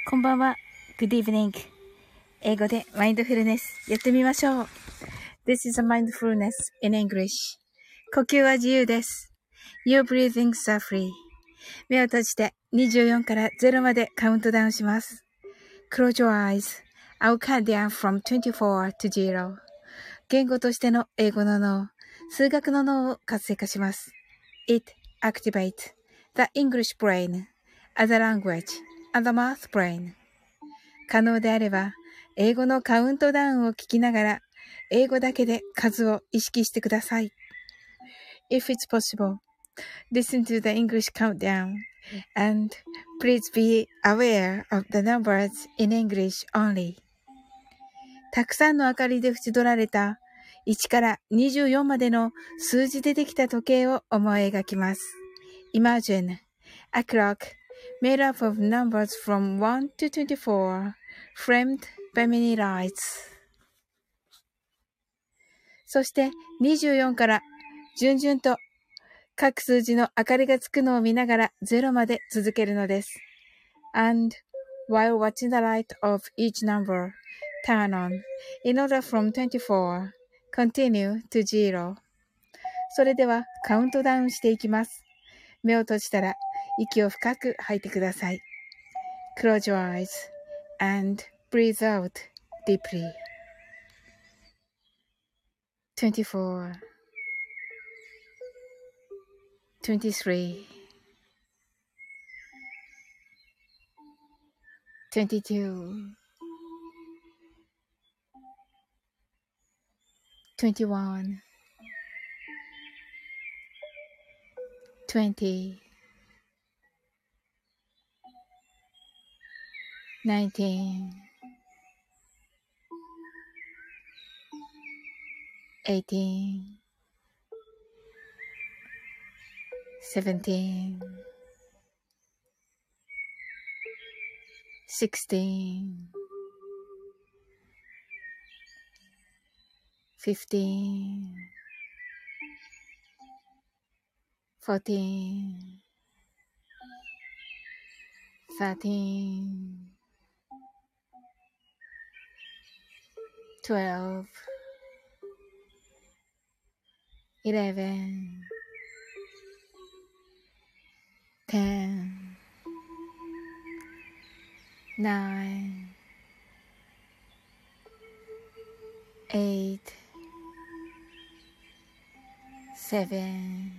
こんばんは。Good evening. 英語でマインドフルネスやってみましょう。This is a mindfulness in English. 呼吸は自由です。Your breathings are free. 目を閉じて24から0までカウントダウンします。Close your eyes. I'll count down from 24 to 0. 言語としての英語の脳、数学の脳を活性化します。It activates the English brain as a language and the math brain. 可能であれば、英語のカウントダウンを聞きながら、英語だけで数を意識してください。If it's possible, listen to the English countdown and please be aware of the numbers in English only. たくさんの明かりで縁取られた1から24までの数字でできた時計を思い描きます。Imagine a clock made up of numbers from 1 to 24, framed by many lights. そして24から順々と各数字の明かりがつくのを見ながら0まで続けるのです。And while watching the light of each number turn on in order from 24, continue to 0. それではカウントダウンしていきます。目を閉じたら息を深く吐いてください。Close your eyes and breathe out deeply. 24, 23, 22, 21, 20, 19, 18, 17, 16, 15, 14, 13, 12, 11, 10, 9, 8, 7,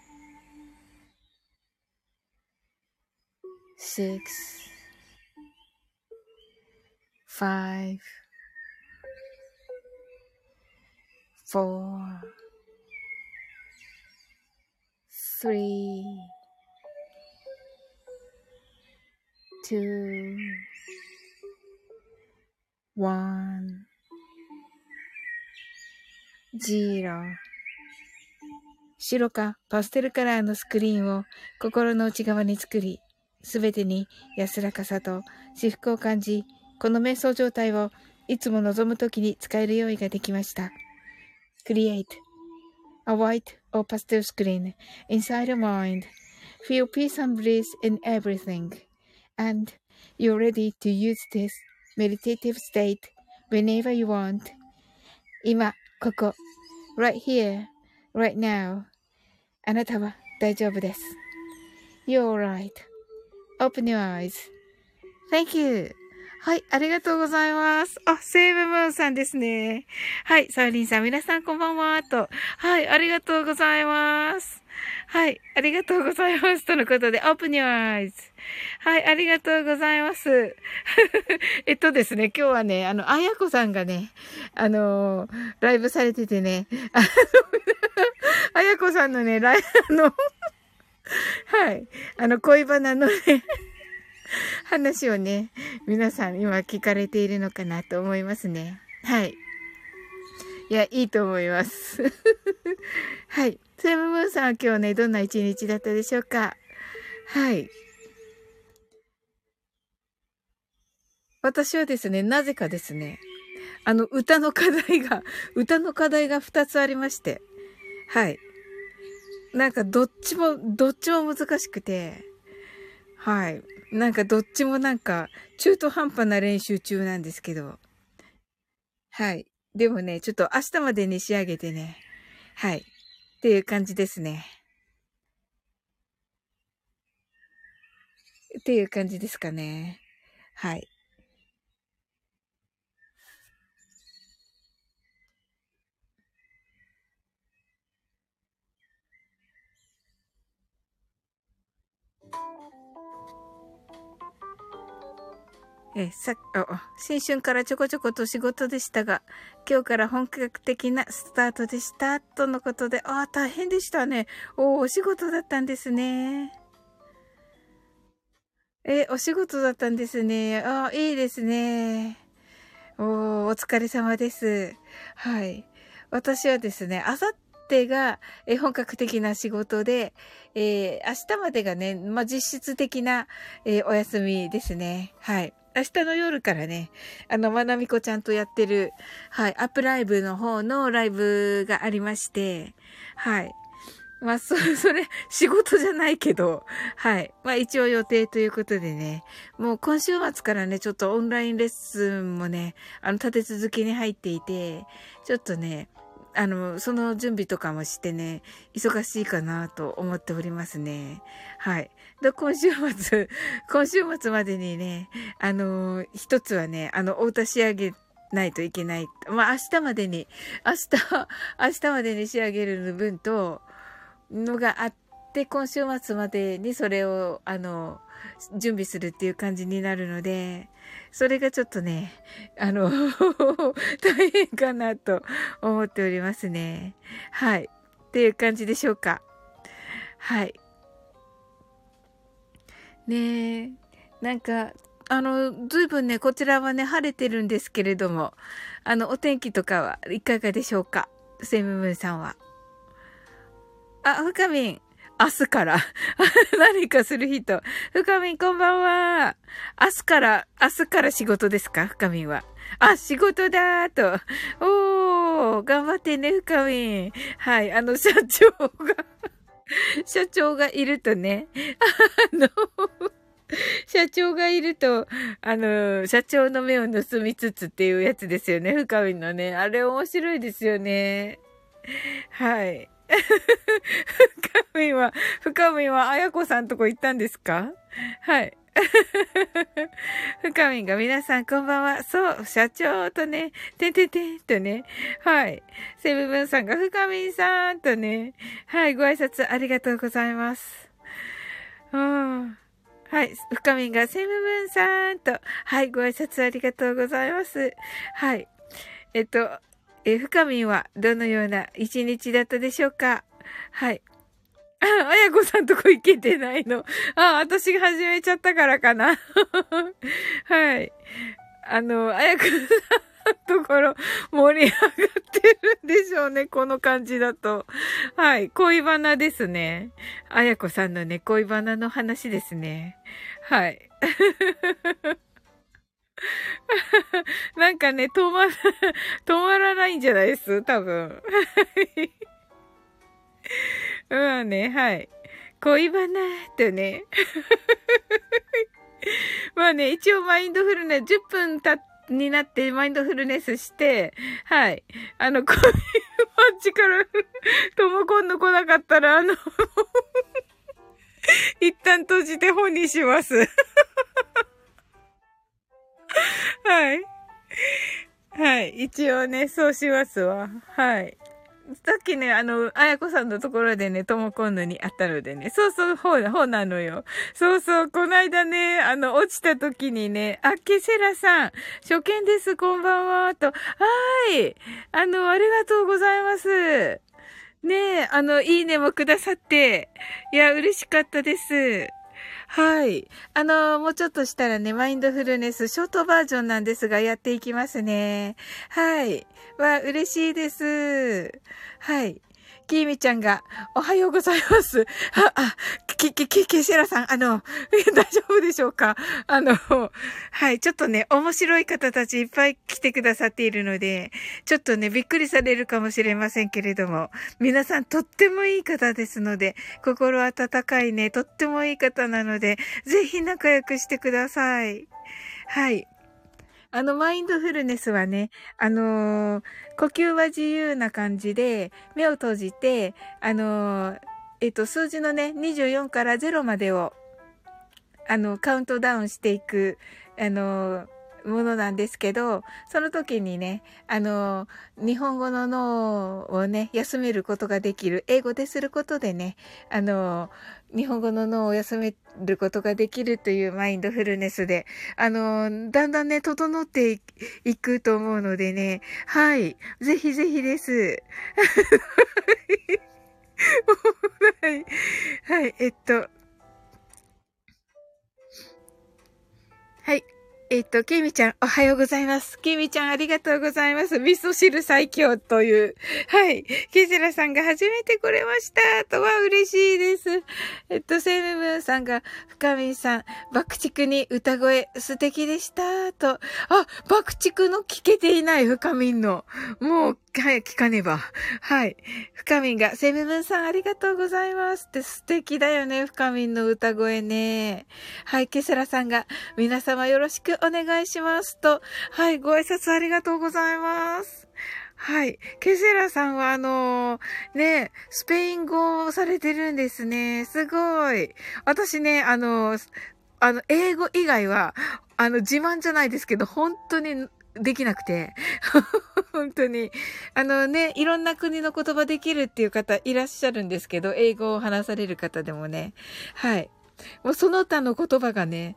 6, 5, 4, 3, 2, 1, 0。白かパステルカラーのスクリーンを心の内側に作り、すべてに安らかさと至福を感じ、この瞑想状態をいつも望むときに使える用意ができました。Create a white or pastel screen inside your mind. Feel peace and bliss in everything. And you're ready to use this meditative state whenever you want. 今、ここ、right here, right now. あなたは大丈夫です。You're right.Open your eyes. Thank you. はい、ありがとうございます。あ、セーブムーンさんですね。はい、サウリンさん、皆さんこんばんは。と。はい、ありがとうございます。はい、ありがとうございます。とのことで、Open your eyes. はい、ありがとうございます。ですね、今日はね、あやこさんがね、ライブされててね、あやこさんのね、はい、恋バナのね、話をね、皆さん今聞かれているのかなと思いますね。はい。いや、いいと思います。はい。セムムーンさんは今日ね、どんな一日だったでしょうか？はい。私はですね、なぜかですね、歌の課題が2つありまして、はい。なんかどっちも難しくて、 はい。なんかどっちもなんか中途半端な練習中なんですけど。はい。でもね、ちょっと明日までに仕上げてね。はい。っていう感じですね。っていう感じですかね。はい。新春からちょこちょこと仕事でしたが、今日から本格的なスタートでした。とのことで、大変でしたね。お仕事だったんですね。お仕事だったんですね。いいですね。お疲れ様です。はい。私はですね、あさってが、本格的な仕事で、明日までがね、実質的な、お休みですね。はい。明日の夜からね、まなみこちゃんとやってる、はい、アップライブの方のライブがありまして、はい。それ、仕事じゃないけど、はい。一応予定ということでね、もう今週末からね、ちょっとオンラインレッスンもね、立て続けに入っていて、ちょっとね、その準備とかもしてね、忙しいかなと思っておりますね。はい。で、今週末までにね、一つはね、お歌仕上げないといけない。明日までに、明日までに仕上げる分と、のがあって、今週末までにそれを、準備するっていう感じになるので、それがちょっとね、大変かなと思っておりますね。はい。っていう感じでしょうか。はい。ねえ。なんか、ずいぶんね、こちらはね、晴れてるんですけれども、お天気とかはいかがでしょうか、セムムーンさんは。ふかみん。明日から何かする人。ふかみんこんばんは。明日から仕事ですか、ふかみんは。仕事だーと。頑張ってね、ふかみん。はい、社長がいるとね、あの、社長がいると、社長の目を盗みつつっていうやつですよね、ふかみんのね。あれ面白いですよね。はい。深みは、あやこさんとこ行ったんですか？はい。深みが皆さんこんばんは。そう、社長とね、てんてんてんとね。はい。セブブンさんが深みさんとね。はい、ご挨拶ありがとうございます。うん。はい。深みがセブブンさんと。はい、ご挨拶ありがとうございます。はい。えっと、深みはどのような一日だったでしょうか？はい。あやこさんとこ行けてないの。私が始めちゃったからかな。はい。あやこさんのところ盛り上がってるんでしょうね。この感じだと。はい。恋バナですね。あやこさんのね、恋バナの話ですね。はい。なんかね、止まらないんじゃないです多分。うんね、はい。恋バナとね。一応マインドフルネス、10分になってマインドフルネスして、はい。こういうマッチから、とも今度来なかったら、一旦閉じて本にします。はい。はい。一応ね、そうしますわ。はい。さっきね、あやこさんのところでね、ともこんのにあったのでね。そうそう、ほうなのよ。そうそう、こないだね、落ちた時にね、ケセラさん、初見です、こんばんは、と。はい。ありがとうございます。ねえ、いいねもくださって。いや、嬉しかったです。はい。もうちょっとしたらね、マインドフルネス、ショートバージョンなんですが、やっていきますね。はい。嬉しいです。はい。 きみちゃんが、おはようございます。ケシラさん、大丈夫でしょうか？はい、ちょっとね、面白い方たちいっぱい来てくださっているので、ちょっとね、びっくりされるかもしれませんけれども、皆さんとってもいい方ですので、心温かいね、とってもいい方なので、ぜひ仲良くしてください。はい。マインドフルネスはね、呼吸は自由な感じで、目を閉じて、数字のね、24から0までを、カウントダウンしていく、ものなんですけど、その時にね、日本語の脳をね、休めることができる。英語ですることでね、日本語の脳を休めることができるというマインドフルネスで、だんだんね、整っていくと思うのでね、はい。ぜひぜひです。はい。はい、はい。ケイミちゃん、おはようございます。ケイミちゃん、ありがとうございます。味噌汁最強という。はい。ケイセラさんが初めて来れました。とは嬉しいです。セイムムーンさんが、深見さん、爆竹に歌声素敵でした。と。爆竹の聞けていない深見の。もう、はい、聞かねば。はい。深見が、セイムムーンさん、ありがとうございます。って素敵だよね、深見の歌声ね。はい、ケセラさんが、皆様よろしくお願いしますと、はい、ご挨拶ありがとうございます。はい。ケセラさんはね、スペイン語をされてるんですね。すごい。私ね、英語以外は、自慢じゃないですけど、本当にできなくて。本当に。ね、いろんな国の言葉できるっていう方いらっしゃるんですけど、英語を話される方でもね。はい。もうその他の言葉がね、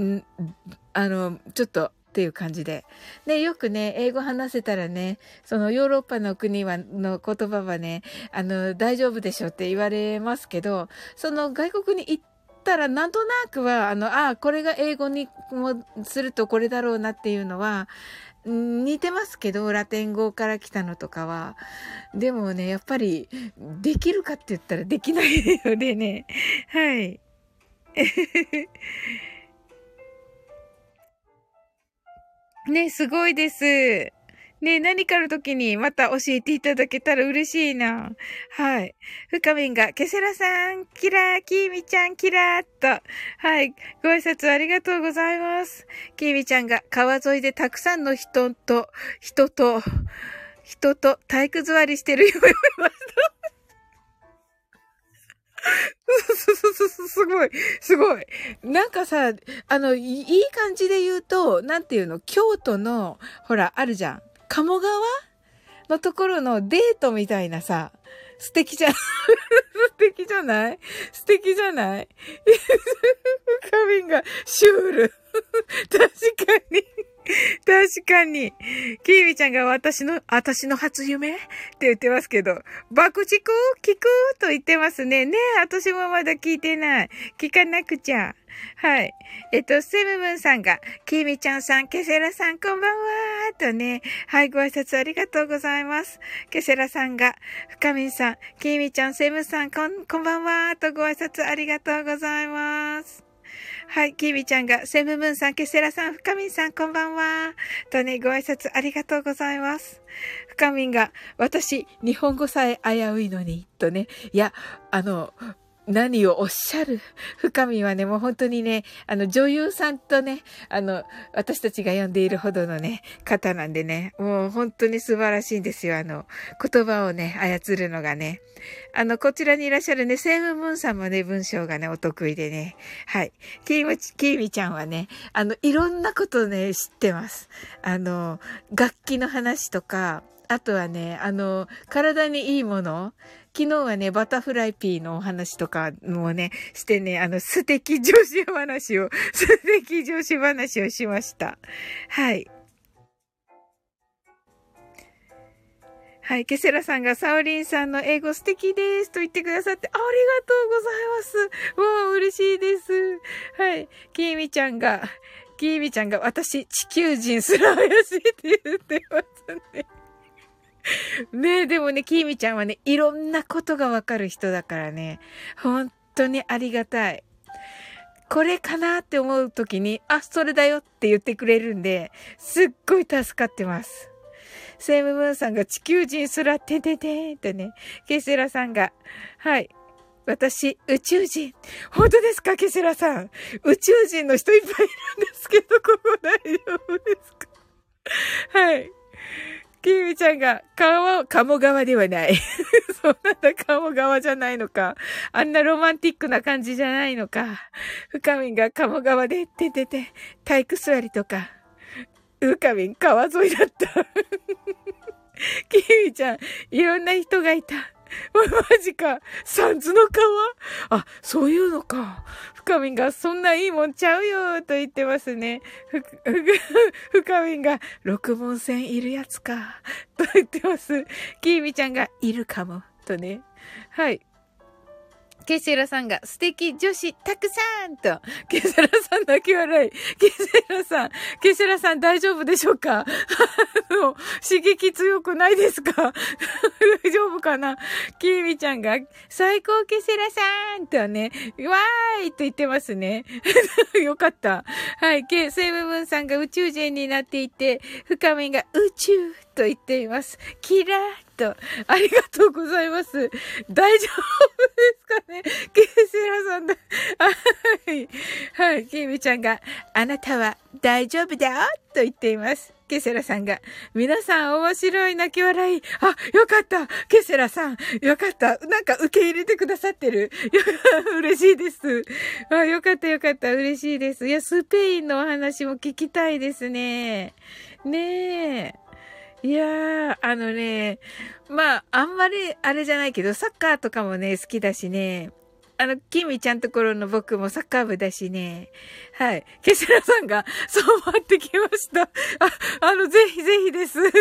ちょっとっていう感じで。ね、よくね、英語話せたらね、そのヨーロッパの国の言葉はね、大丈夫でしょって言われますけど、その外国に行ったらなんとなくは、これが英語にもするとこれだろうなっていうのは、似てますけど、ラテン語から来たのとかは。でもね、やっぱり、できるかって言ったらできないのでね。はい。ね、すごいです。ね、何かの時にまた教えていただけたら嬉しいな。はい。深みんが、ケセラさん、キラー、キーミちゃん、キラーっと。はい。ご挨拶ありがとうございます。キーミちゃんが、川沿いでたくさんの人と体育座りしてるよ。すごい、すごい。なんかさ、いい感じで言うと、なんていうの、京都の、ほら、あるじゃん。鴨川のところのデートみたいなさ、素敵じゃ、素敵じゃない素敵じゃないカビンがシュール。確かに。確かに。キーミちゃんが私の初夢って言ってますけど、爆竹聞くと言ってますね。ねえ、私もまだ聞いてない。聞かなくちゃ。はい。セムムーンさんが、キーミちゃんさん、ケセラさん、こんばんはーとね。はい、ご挨拶ありがとうございます。ケセラさんが、深みんさん、キーミちゃん、セムさん、こんばんはーとご挨拶ありがとうございます。はい、キーミちゃんが、セムムーンさん、ケセラさん、深みんさん、こんばんは。とね、ご挨拶ありがとうございます。深みんが、私、日本語さえ危ういのに、とね。いや、何をおっしゃる。深みはね、もう本当にね、女優さんとね、私たちが呼んでいるほどのね、方なんでね、もう本当に素晴らしいんですよ。言葉をね、操るのがね。こちらにいらっしゃるね、セイムムーンさんもね、文章がね、お得意でね。はい。キーミちゃんはね、いろんなことね、知ってます。楽器の話とか、あとはね、体にいいもの、昨日はね、バタフライピーのお話とかもね、してね、素敵女子話をしました。はい。はい。ケセラさんがサオリンさんの英語素敵ですと言ってくださってありがとうございます。もう嬉しいです。はい。キーミちゃんが私、地球人すら怪しいって言ってますね。 ねえ、でもね、きみちゃんはね、いろんなことがわかる人だからね、本当にありがたい。これかなって思うときに、あ、それだよって言ってくれるんで、すっごい助かってます。セイムムーンさんが地球人すらてててーってね、ケセラさんが、はい。私、宇宙人。本当ですか、ケセラさん。宇宙人の人いっぱいいるんですけど、ここ大丈夫ですか？はい。キミちゃんが、鴨川ではない。そんな鴨川じゃないのか。あんなロマンティックな感じじゃないのか。深みんが鴨川で、体育座りとか。深みん川沿いだった。キミちゃん、いろんな人がいた。マジか。サンズの川？あ、そういうのか。深みんが、そんないいもんちゃうよ、と言ってますね。深みんが、六文線いるやつか、と言ってます。キーミちゃんが、いるかも、とね。はい。ケセラさんが素敵女子たくさんと、ケセラさん泣き笑い。ケセラさん大丈夫でしょうか？刺激強くないですか？大丈夫かな？キーミちゃんが最高ケセラさんとね、わーいと言ってますね。よかった。はい。セイムムーンさんが宇宙人になっていて、深みが宇宙と言っています。キラーと、ありがとうございます。大丈夫ですかね？ケセラさんだ。はい。はい。キミちゃんが、あなたは大丈夫だと言っています。ケセラさんが、皆さん面白い泣き笑い。あ、よかった。ケセラさん、よかった。なんか受け入れてくださってる。嬉しいです。あ、よかったよかった。嬉しいです。いや、スペインのお話も聞きたいですね。ねえ。いやー、まあ、あんまりあれじゃないけど、サッカーとかもね、好きだしね。キミちゃんところの僕もサッカー部だしね。はい。ケセラさんが、そう待ってきました。ぜひぜひです。はい。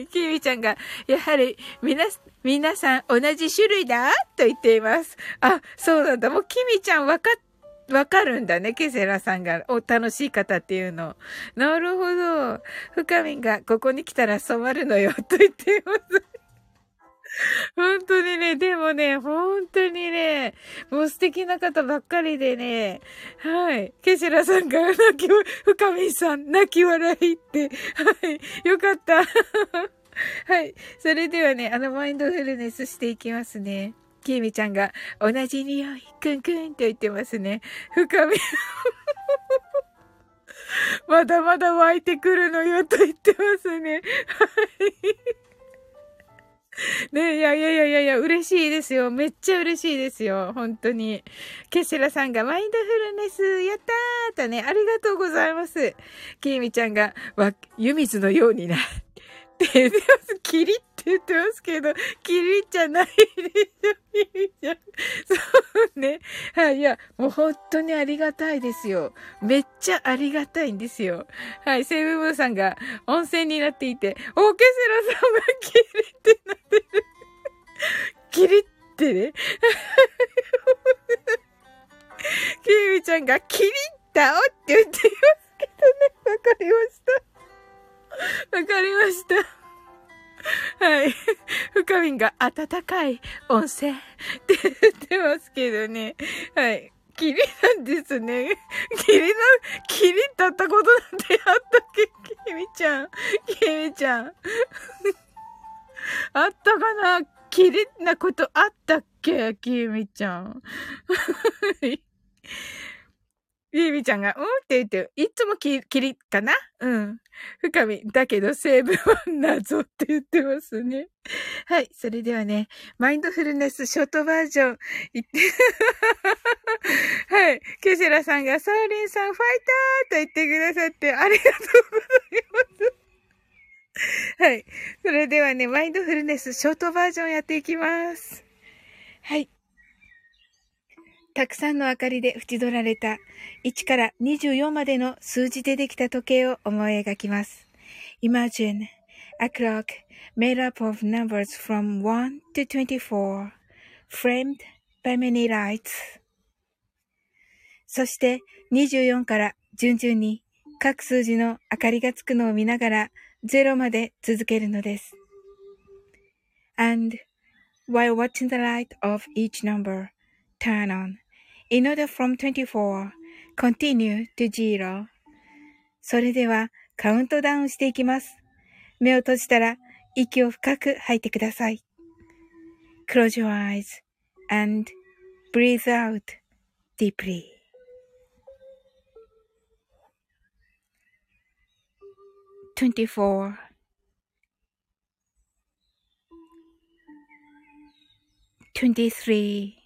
キミちゃんが、やはり、皆さん同じ種類だと言っています。あ、そうなんだ。もうキミちゃんわかるんだね。ケセラさんが楽しい方っていうの。なるほど。深みがここに来たら染まるのよと言っています。本当にね、でもね、本当にね、もう素敵な方ばっかりでね、はい。ケシラさんが深見さん、泣き笑いって、はい。よかった。はい。それではね、マインドフルネスしていきますね。キーミちゃんが、同じ匂い、クンクンと言ってますね。深み、まだまだ湧いてくるのよと言ってますね。はい。ねえ、いや、嬉しいですよ。めっちゃ嬉しいですよ。本当に。ケシラさんがマインドフルネス、やったーとね、ありがとうございます。キーミちゃんが、湯水のようにな。って言ってます。キリって言ってますけど、キリじゃないでしょ、キリちゃん。そうね。はい、いや、もう本当にありがたいですよ。めっちゃありがたいんですよ。はい、セイブブーさんが温泉になっていて、ケセラさんがキリってなってる。キリってね。キミちゃんがキリッだおって言っていますけどね。わかりました。わかりました。はい。深みんが温かい温泉って言ってますけどね。はい。霧なんですね。霧だったことなんてあったっけ？キミちゃん。あったかな？霧なことあったっけ？キミちゃん。ビービーちゃんが、うんって言って、いつもキリかな？うん。深み。だけど成分は謎って言ってますね。はい。それではね、マインドフルネスショートバージョン、言って、はい。ケセラさんが、サウリンさんファイターと言ってくださって、ありがとうございます。はい。それではね、マインドフルネスショートバージョンやっていきます。はい。たくさんの明かりで縁取られた1から24までの数字でできた時計を思い描きます。Imagine a clock made up of numbers from 1 to 24, framed by many lights. そして24から順々に各数字の明かりがつくのを見ながら0まで続けるのです。 and while watching the light of each number turn on, in order from 24, continue to 0. それではカウントダウンしていきます。目を閉じたら息を深く吐いてください。Close your eyes and breathe out deeply. 24 23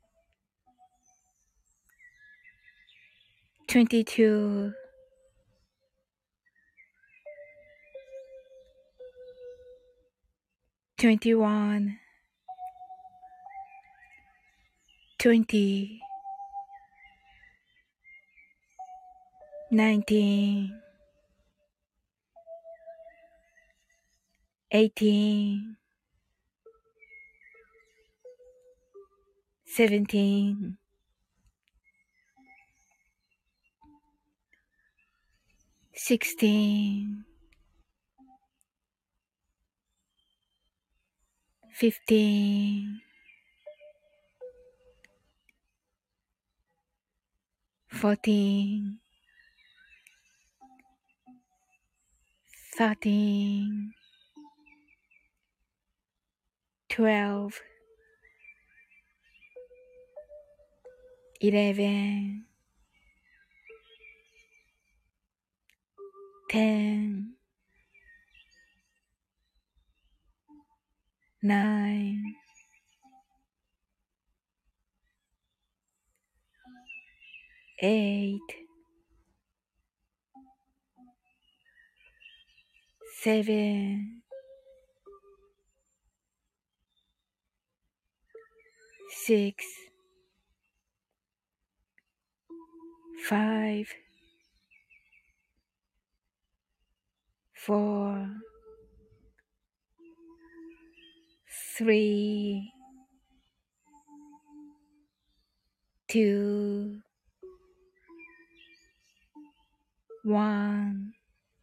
22 21 20 19 18 17 16 15 14 13 12 11 10 9 8 7 6 5 4 3 2 1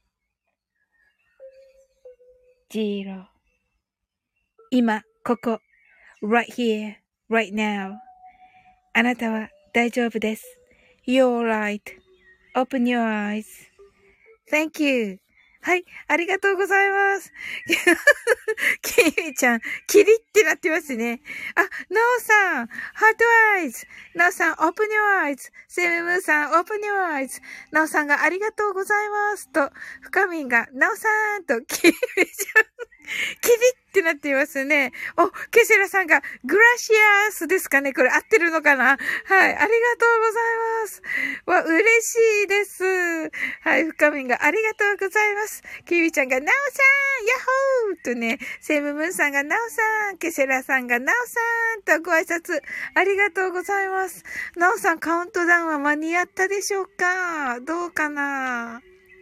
0今ここ right here right now あなたは大丈夫です。You're right.Open your eyes. Thank you. はい、ありがとうございます。キミちゃん、キリってなってますね。あ、ナオさん、ハートアイズ。ナオさん、オープンヨアアイズ。セムムーさん、オープンヨアアイズ。ナオさんがありがとうございます。と、深みんが、ナオさんと、キミちゃん、キリってなっていますね。お、ケセラさんが、グラシアスですかね。これ合ってるのかな。はい、ありがとうございます。わ、嬉しいです。はい、深みんがありがとうございます。キミちゃんが、ナオさん、ヤッホーとね、セムムーンさんが、ナオさん、ケセラさんが、ナオさんとご挨拶、ありがとうございます。ナオさん、カウントダウンは間に合ったでしょうか？どうかな？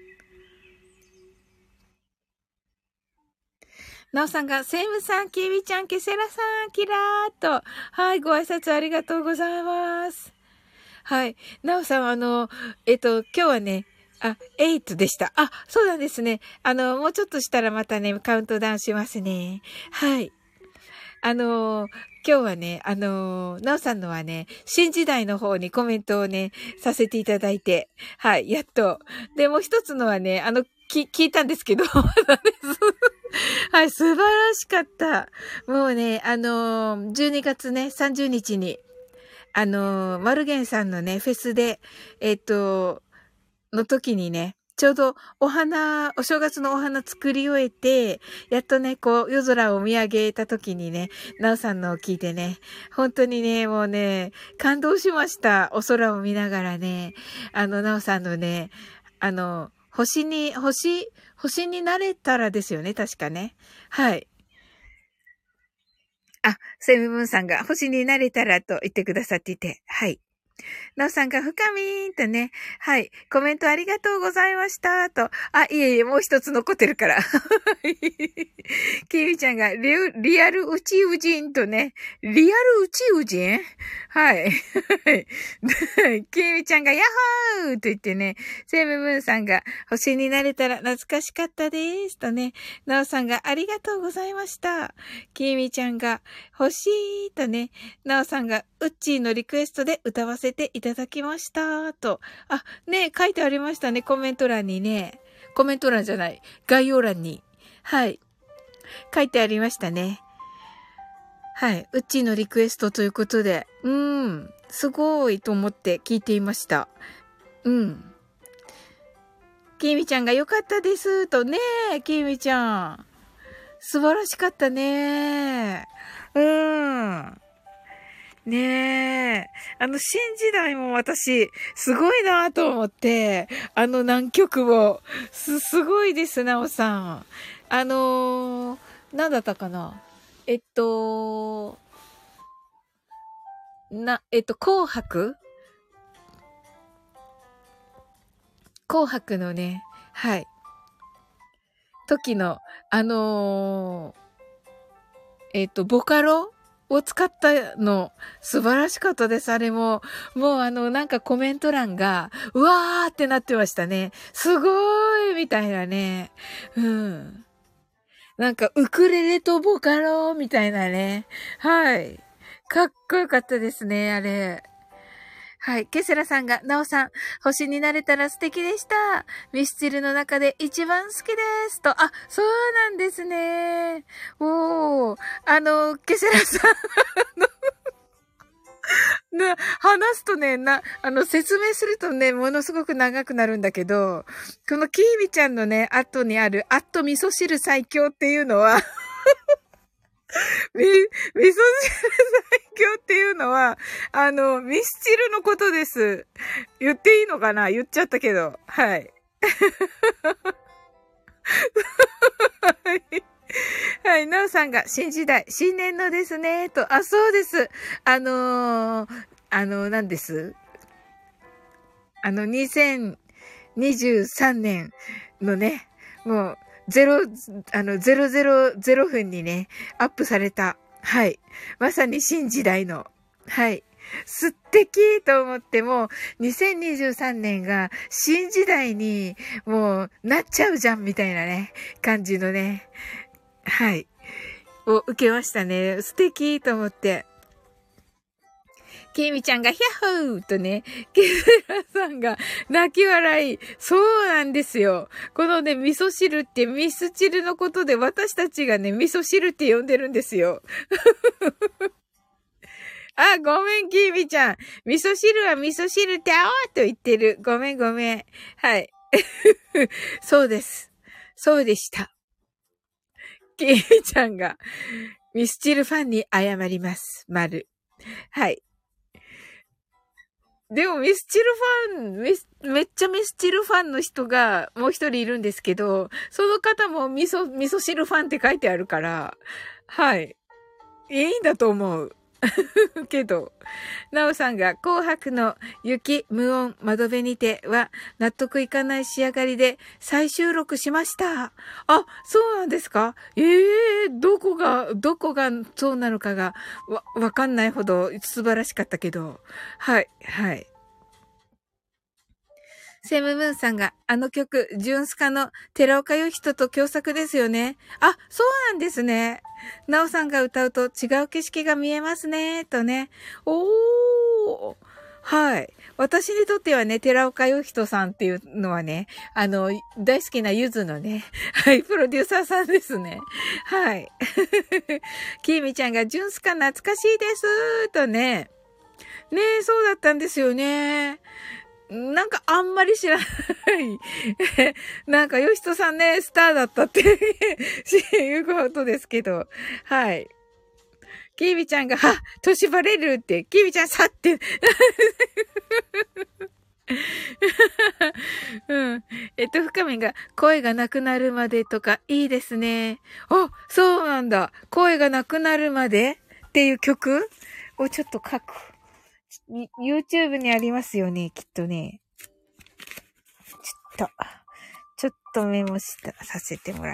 ナオさんが、セムさん、キミちゃん、ケセラさん、キラーと、はい、ご挨拶ありがとうございます。はい。ナオさんは今日はね、8でした。あ、そうなんですね。もうちょっとしたらまたね、カウントダウンしますね。はい。今日はね、ナオさんのはね、新時代の方にコメントをね、させていただいて、はい、やっと。で、もう一つのはね、聞いたんですけど、まだです。はい、素晴らしかった。もうね、12月ね、30日に、マルゲンさんのね、フェスで、の時にね、ちょうどお正月のお花作り終えて、やっとね、こう、夜空を見上げた時にね、ナオさんのを聞いてね、本当にね、もうね、感動しました。お空を見ながらね、ナオさんのね、星になれたらですよね、確かね。はい。セムムーンさんが星になれたらと言ってくださっていて、はい。 なおさんが深みーんとね。はい。コメントありがとうございました。と。いえいえ、もう一つ残ってるから。キミちゃんがリアル宇宙人とね。リアル宇宙人はい。キミちゃんがヤッホーと言ってね。セムムーンさんが星になれたら懐かしかったです。とね。なおさんがありがとうございました。キミちゃんが星とね。なおさんがウッチーのリクエストで歌わせていただきました。と。ね、書いてありましたね。コメント欄にね。コメント欄じゃない。概要欄に。はい。書いてありましたね。はい。ウッチーのリクエストということで。すごいと思って聞いていました。キミちゃんが良かったです。とね。キミちゃん。素晴らしかったね。ねえ。新時代も私、すごいなと思って、何曲を。すごいです、なおさん。なんだったかな。紅白のね、はい。時の、ボカロを使ったの、素晴らしかったです。あれも、もうなんかコメント欄が、うわーってなってましたね。すごーいみたいなね。なんか、ウクレレとボカロみたいなね。はい。かっこよかったですね、あれ。はい。ケセラさんが、ナオさん、星になれたら素敵でした。ミスチルの中で一番好きです。と、そうなんですね。ケセラさん、話すとね、説明するとね、ものすごく長くなるんだけど、このキービちゃんのね、後にある、味噌汁最強っていうのは、味噌汁最強っていうのは、ミスチルのことです。言っていいのかな？言っちゃったけど。はい。はい。はい。なおさんが新時代、新年のですね、と。そうです。何です2023年のね、もう、000分にね、アップされた。はい。まさに新時代の。はい。素敵と思って、もう、2023年が新時代に、もう、なっちゃうじゃん、みたいなね、感じのね。はい。を受けましたね。素敵と思って。ケミちゃんがヒャッホーとね、ケズラさんが泣き笑い。そうなんですよ。このね、味噌汁ってミスチルのことで私たちがね、味噌汁って呼んでるんですよ。ごめん、キミちゃん。味噌汁は味噌汁ってと言ってる。ごめん、ごめん。はい。そうです。そうでした。キミちゃんがミスチルファンに謝ります。はい。でもミスチルファン、めっちゃミスチルファンの人がもう一人いるんですけど、その方も味噌汁ファンって書いてあるから、はい。いいんだと思う。けど、なおさんが紅白の雪、無音、窓辺にては納得いかない仕上がりで再収録しました。そうなんですか？どこがそうなのかがわかんないほど素晴らしかったけど。はい、はい。セムムーンさんが、あの曲、ジュンスカの寺岡義人と共作ですよね。そうなんですね。ナオさんが歌うと違う景色が見えますね、とね。はい。私にとってはね、寺岡義人さんっていうのはね、大好きなゆずのね、はい、プロデューサーさんですね。はい。キーミちゃんが、ジュンスカ懐かしいです、とね。ねえ、そうだったんですよね。なんかあんまり知らない。なんか、ヨシトさんね、スターだったっていうことですけど。はい。キービちゃんが、年バレるって、キービちゃんさってうん。深みが、声がなくなるまでとか、いいですね。そうなんだ。声がなくなるまでっていう曲をちょっと書く。 YouTube にありますよね、きっとね。ちょっとメモさせてもらって。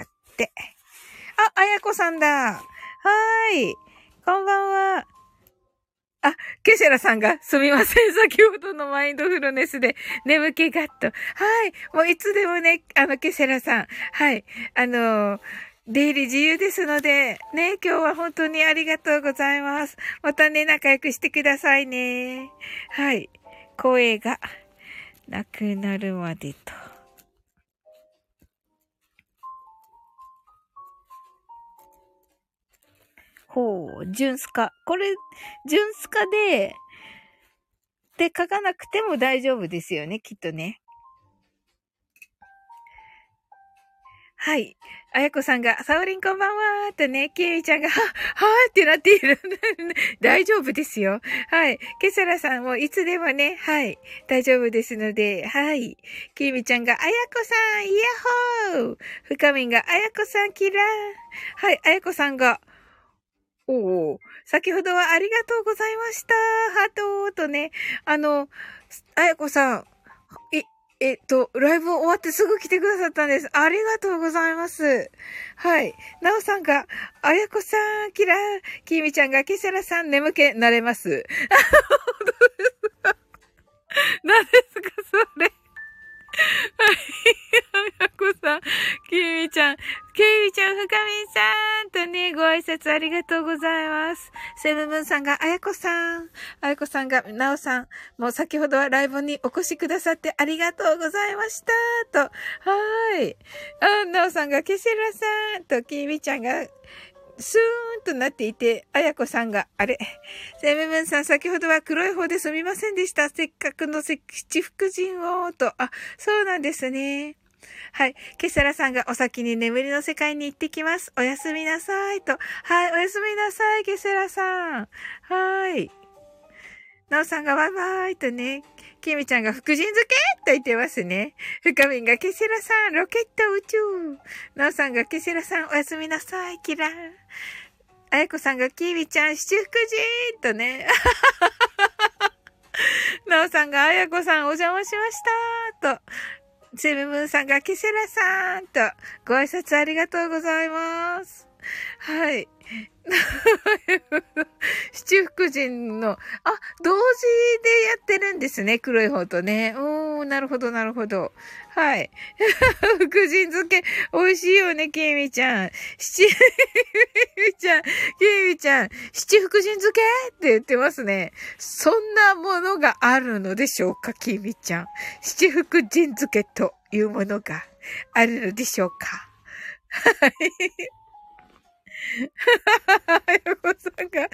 あ、あやこさんだ。はーい。こんばんは。あ、ケシャラさんが、すみません。先ほどのマインドフルネスで眠気がっと。はい。もういつでもね、ケシャラさん。はい。出入り自由ですので、ね、今日は本当にありがとうございます。またね、仲良くしてくださいね。はい。声がなくなるまでと。ほう、ジュンスカ。これ、ジュンスカで書かなくても大丈夫ですよね、きっとね。はい。あやこさんが、サオリンこんばんはーとね、キミちゃんが、はーってなっている。大丈夫ですよ。はい。ケサラさんもいつでもね、はい。大丈夫ですので、はい。キミちゃんが、あやこさん、イヤホー深みんが、あやこさん、キラー。はい。あやこさんが、おー。先ほどはありがとうございました。ハートとね、あやこさん、ライブ終わってすぐ来てくださったんです。ありがとうございます。はい。なおさんが、あやこさん、キラー、きみちゃんが、ケセラさん、眠気なれます。本当ですか？何ですか、それ。はい。あやこさん、きみちゃん、深みさんとね、ご挨拶ありがとうございます。セブブンさんが、あやこさんが、なおさん、もう先ほどはライブにお越しくださってありがとうございました。と、はい。なおさんが、ケセラさんと、きみちゃんが、スーンとなっていて、あやこさんが、あれ、セムブンさん、先ほどは黒い方ですみませんでした。せっかくの七福神を、と、そうなんですね。はい。ケセラさんがお先に眠りの世界に行ってきます。おやすみなさい。と、はい、おやすみなさい、ケセラさん。はい。なおさんがバイバイとね、キミちゃんが福神漬けと言ってますね。深みんがケセラさん、ロケット宇宙。なおさんがケセラさん、おやすみなさい、キラー。あやこさんがキミちゃん、七福神とね。なおさんがあやこさん、お邪魔しましたと。セブブンさんがケセラさんと、ご挨拶ありがとうございます。はい。七福神の、同時でやってるんですね。黒い方とね。なるほど、なるほど。はい。福神漬け、美味しいよね、ケイミちゃん。ケイミちゃん、七福神漬けって言ってますね。そんなものがあるのでしょうか、ケイミちゃん。七福神漬けというものがあるのでしょうか。はい。あやこさんが、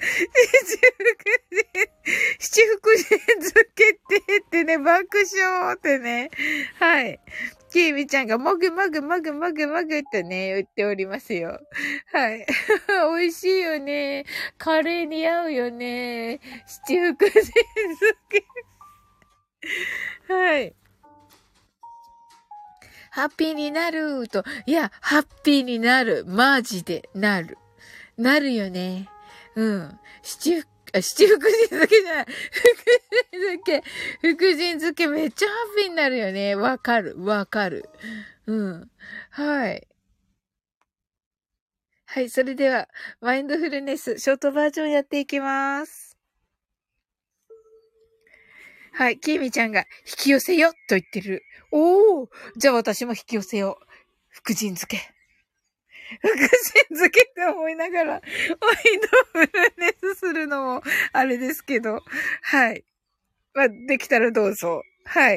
七福神漬けって言ってね、爆笑ってね。はい。きーみちゃんがもぐもぐもぐもぐもぐってね、言っておりますよ。はい。美味しいよね。カレーに合うよね。七福神漬け。はい。ハッピーになると。いや、ハッピーになる。マジでなる。なるよね。うん。七福神漬けじゃない。福神漬けめっちゃハッピーになるよね。わかる。うん。はい。はい。それでは、マインドフルネス、ショートバージョンやっていきます。はい。きみちゃんが、引き寄せよと言ってる。おー。じゃあ私も引き寄せよう。福神漬け。福神漬けって思いながら、マインドフルネスするのも、あれですけど。はい。まあ、できたらどうぞ。はい。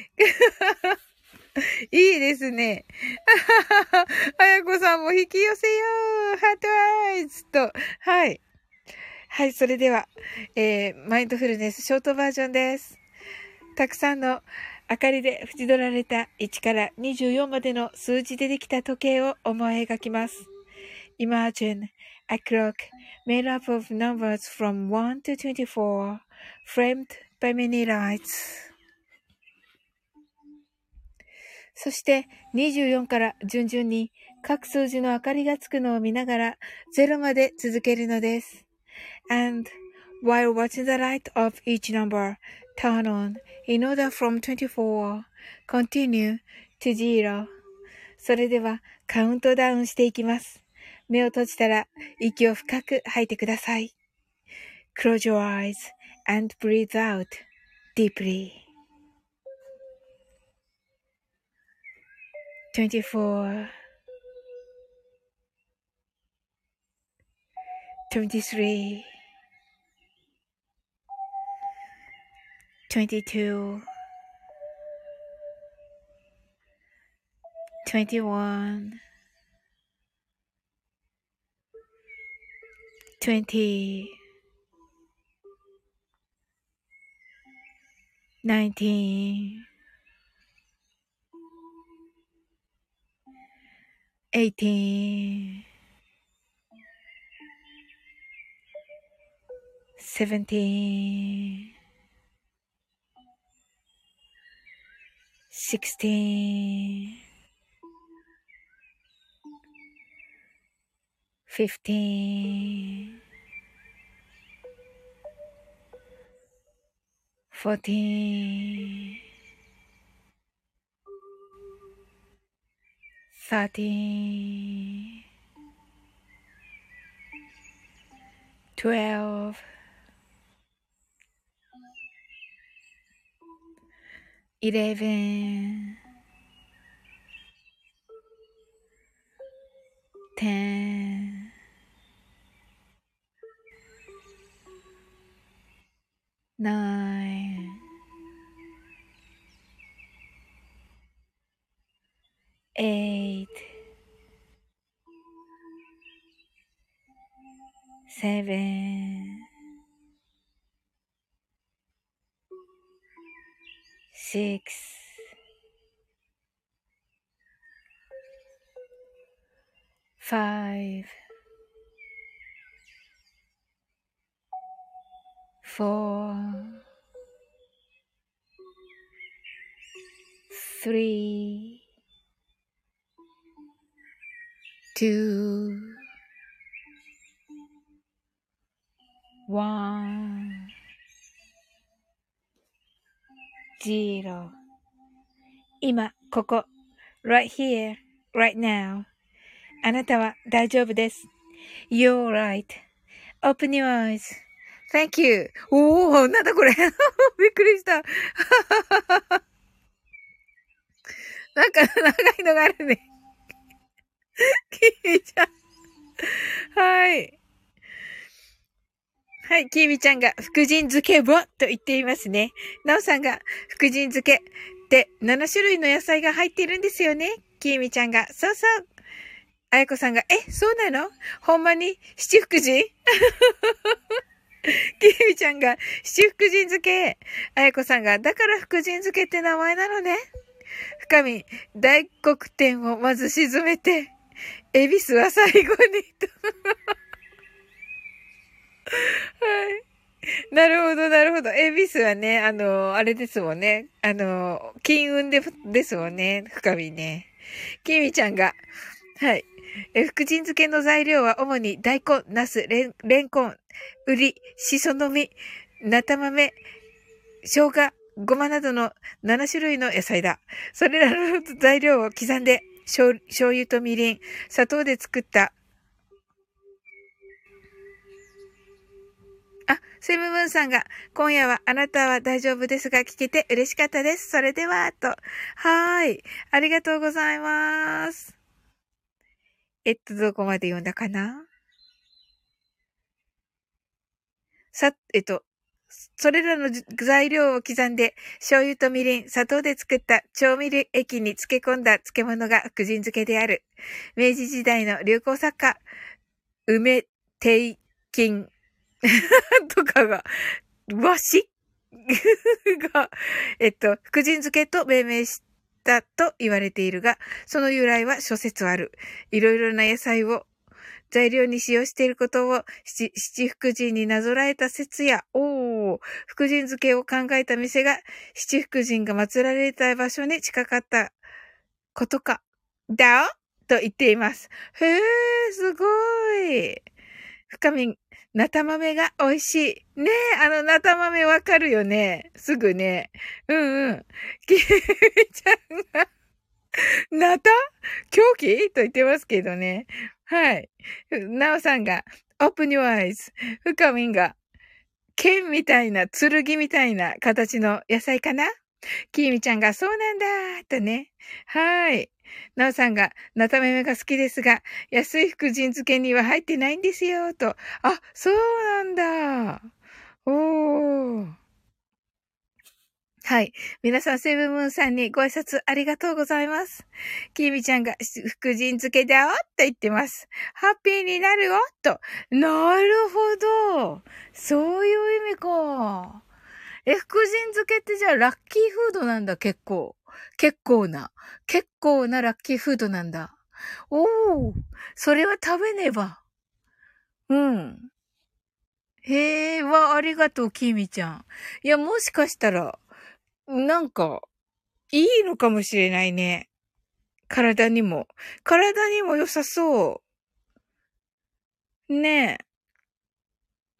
いいですね。あやこさんも引き寄せよう。ハートアイズと。はい。はい、それでは、マインドフルネスショートバージョンです。たくさんの明かりで縁取られた1から24までの数字でできた時計を思い描きます。Imagine a clock made up of numbers from 1 to 24, framed by many lights. そして24から順々に各数字の明かりがつくのを見ながら0まで続けるのです。And While watching the light of each number turn on in order from 24, continue to 0. それではカウントダウンしていきます。目を閉じたら息を深く吐いてください。Close your eyes and breathe out deeply. 24, 23, 22, 21, 20, 19, 18, 17, 16, 15, 14, 13, 12, 11, 10, 9, 8, 7, 6, 5, 4, 3, 2, 1, 0. 今、ここ。right here, right now. あなたは大丈夫です。You're right.Open your eyes.Thank you. おー、なんだこれ。びっくりした。なんか長いのがあるね。キーちゃん。はい。はい、キービちゃんが福神漬けをと言っていますね。なおさんが福神漬けって7種類の野菜が入っているんですよね。キーミちゃんが、そうそう。あやこさんが、そうなの？ほんまに七福神キーミちゃんが七福神漬け。あやこさんが、だから福神漬けって名前なのね。深み、大黒天をまず沈めて、恵比寿は最後にと。はい。なるほど、なるほど。恵比寿はね、あれですもんね。金運ですもんね。深みね。きみちゃんが、はい。福神漬けの材料は主に大根、ナス、レンコン、ウリ、シソの実、ナタ豆、生姜、ごまなどの7種類の野菜だ。それらの材料を刻んで、醤油とみりん、砂糖で作ったセムムーンさんが、今夜はあなたは大丈夫ですが聞けて嬉しかったです。それでは、と。はーい。ありがとうございます。どこまで読んだかな？それらの材料を刻んで、醤油とみりん、砂糖で作った調味料液に漬け込んだ漬物が福神漬けである。明治時代の流行作家、梅定金とかが、和紙が、福神漬けと命名したと言われているが、その由来は諸説ある。いろいろな野菜を材料に使用していることを七福神になぞらえた説や、福神漬けを考えた店が七福神が祀られた場所に近かったことか。だと言っています。へー、すごい。深みなた豆が美味しい。ねえ、なた豆わかるよね。すぐね。うんうん。きみちゃんが、なた狂気と言ってますけどね。はい。なおさんが、open your eyes。ふかみんが、剣みたいな、剣みたいな形の野菜かな。きみちゃんが、そうなんだとね。はい。なおさんが、なためめが好きですが、安い福神漬けには入ってないんですよ、と。あ、そうなんだ。おー。はい。皆さん、セブンムーンさんにご挨拶ありがとうございます。きみちゃんが、福神漬けだよと言ってます。ハッピーになるよと。なるほど。そういう意味か。福神漬けってじゃあラッキーフードなんだ、結構。結構なラッキーフードなんだ。おー、それは食べねば。うん。へえ、ありがとう、きみちゃん。いや、もしかしたら、なんか、いいのかもしれないね。体にも。体にも良さそう。ねえ。うん。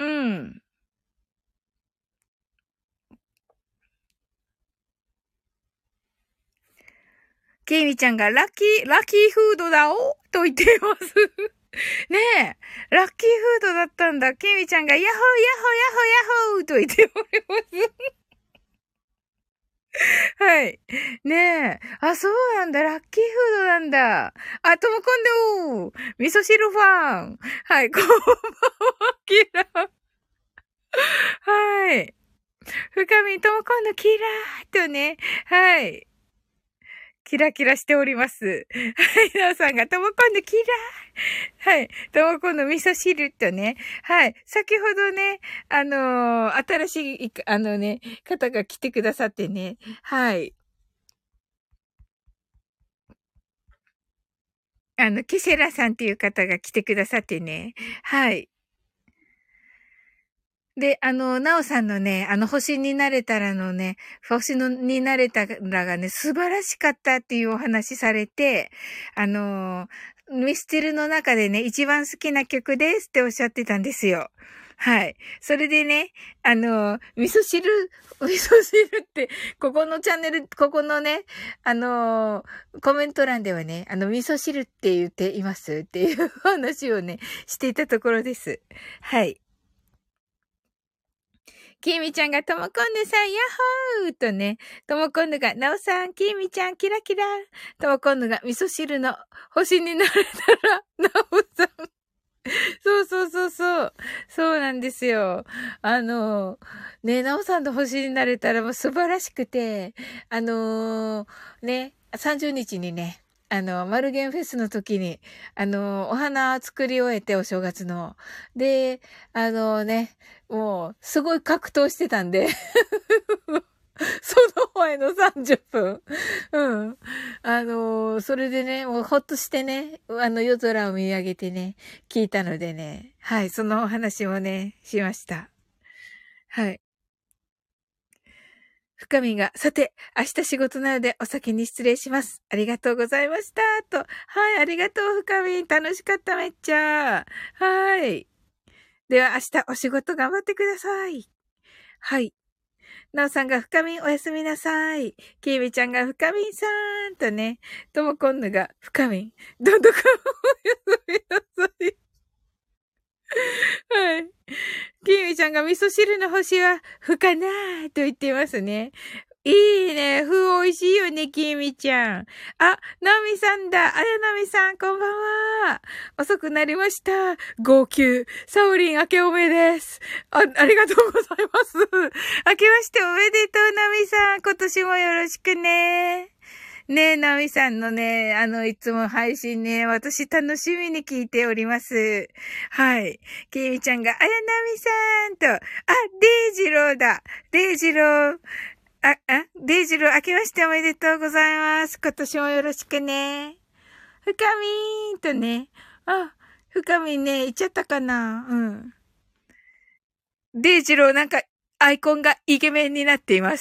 きみちゃんがラッキーフードだおと言っています。ねえ、ラッキーフードだったんだ。きみちゃんがヤッホーヤッホーヤッホーヤッホーと言っております。はい。ねえ。あ、そうなんだ。ラッキーフードなんだ。あ、ともこんでお味噌汁ファン。はい、こんばんは、キラ。はい。深みともこんのキラーとね。はい。キラキラしております。はい。なおさんがともこんのキラー。はい。ともこんの味噌汁とね。はい。先ほどね、新しい、方が来てくださってね。はい。キセラさんっていう方が来てくださってね。はい。で、ナオさんのね、星になれたらのね、になれたらがね、素晴らしかったっていうお話されて、ミステルの中でね、一番好きな曲ですっておっしゃってたんですよ。はい。それでね、味噌汁って、ここのチャンネル、ここのね、コメント欄ではね、味噌汁って言っていますっていう話をね、していたところです。はい。きーみちゃんがともこんぬさん、ヤッホーとね、ともこんぬが、なおさん、きーみちゃん、キラキラ。ともこんぬが、味噌汁の星になれたら、なおさん。そうそうそうそう。そうなんですよ。ね、なおさんの星になれたらもう素晴らしくて、ね、30日にね、マルゲンフェスの時に、お花作り終えてお正月の。で、もう、すごい格闘してたんでその前の30分。うん。それでね、もうほっとしてね、夜空を見上げてね、聞いたのでね、はい、そのお話もね、しました。はい。深みが、さて、明日仕事なのでお先に失礼します。ありがとうございました。と。はい、ありがとう、深み。楽しかった、めっちゃ。はい。では、明日お仕事頑張ってください。はい。なおさんが深みんおやすみなさい。きーみちゃんが深みんさーんとね、ともこんぬが深みん、どんどかおやすみなさい。はい。きーみちゃんが味噌汁の星は、ふかなーと言っていますね。いいね。ふ美味しいよね、きみちゃん。あ、なみさんだ。あやなみさん、こんばんは。遅くなりました。号泣。サオリン、明けおめです。ありがとうございます。明けましておめでとう、なみさん。今年もよろしくね。ねえ、なみさんのね、いつも配信ね、私楽しみに聞いております。はい。きみちゃんが、あやなみさんと、デイジローだ。デイジロー。デイジロー、明けましておめでとうございます。今年もよろしくね。深みーんとね。深みね、行っちゃったかな。うん。デイジロー、なんか、アイコンがイケメンになっています。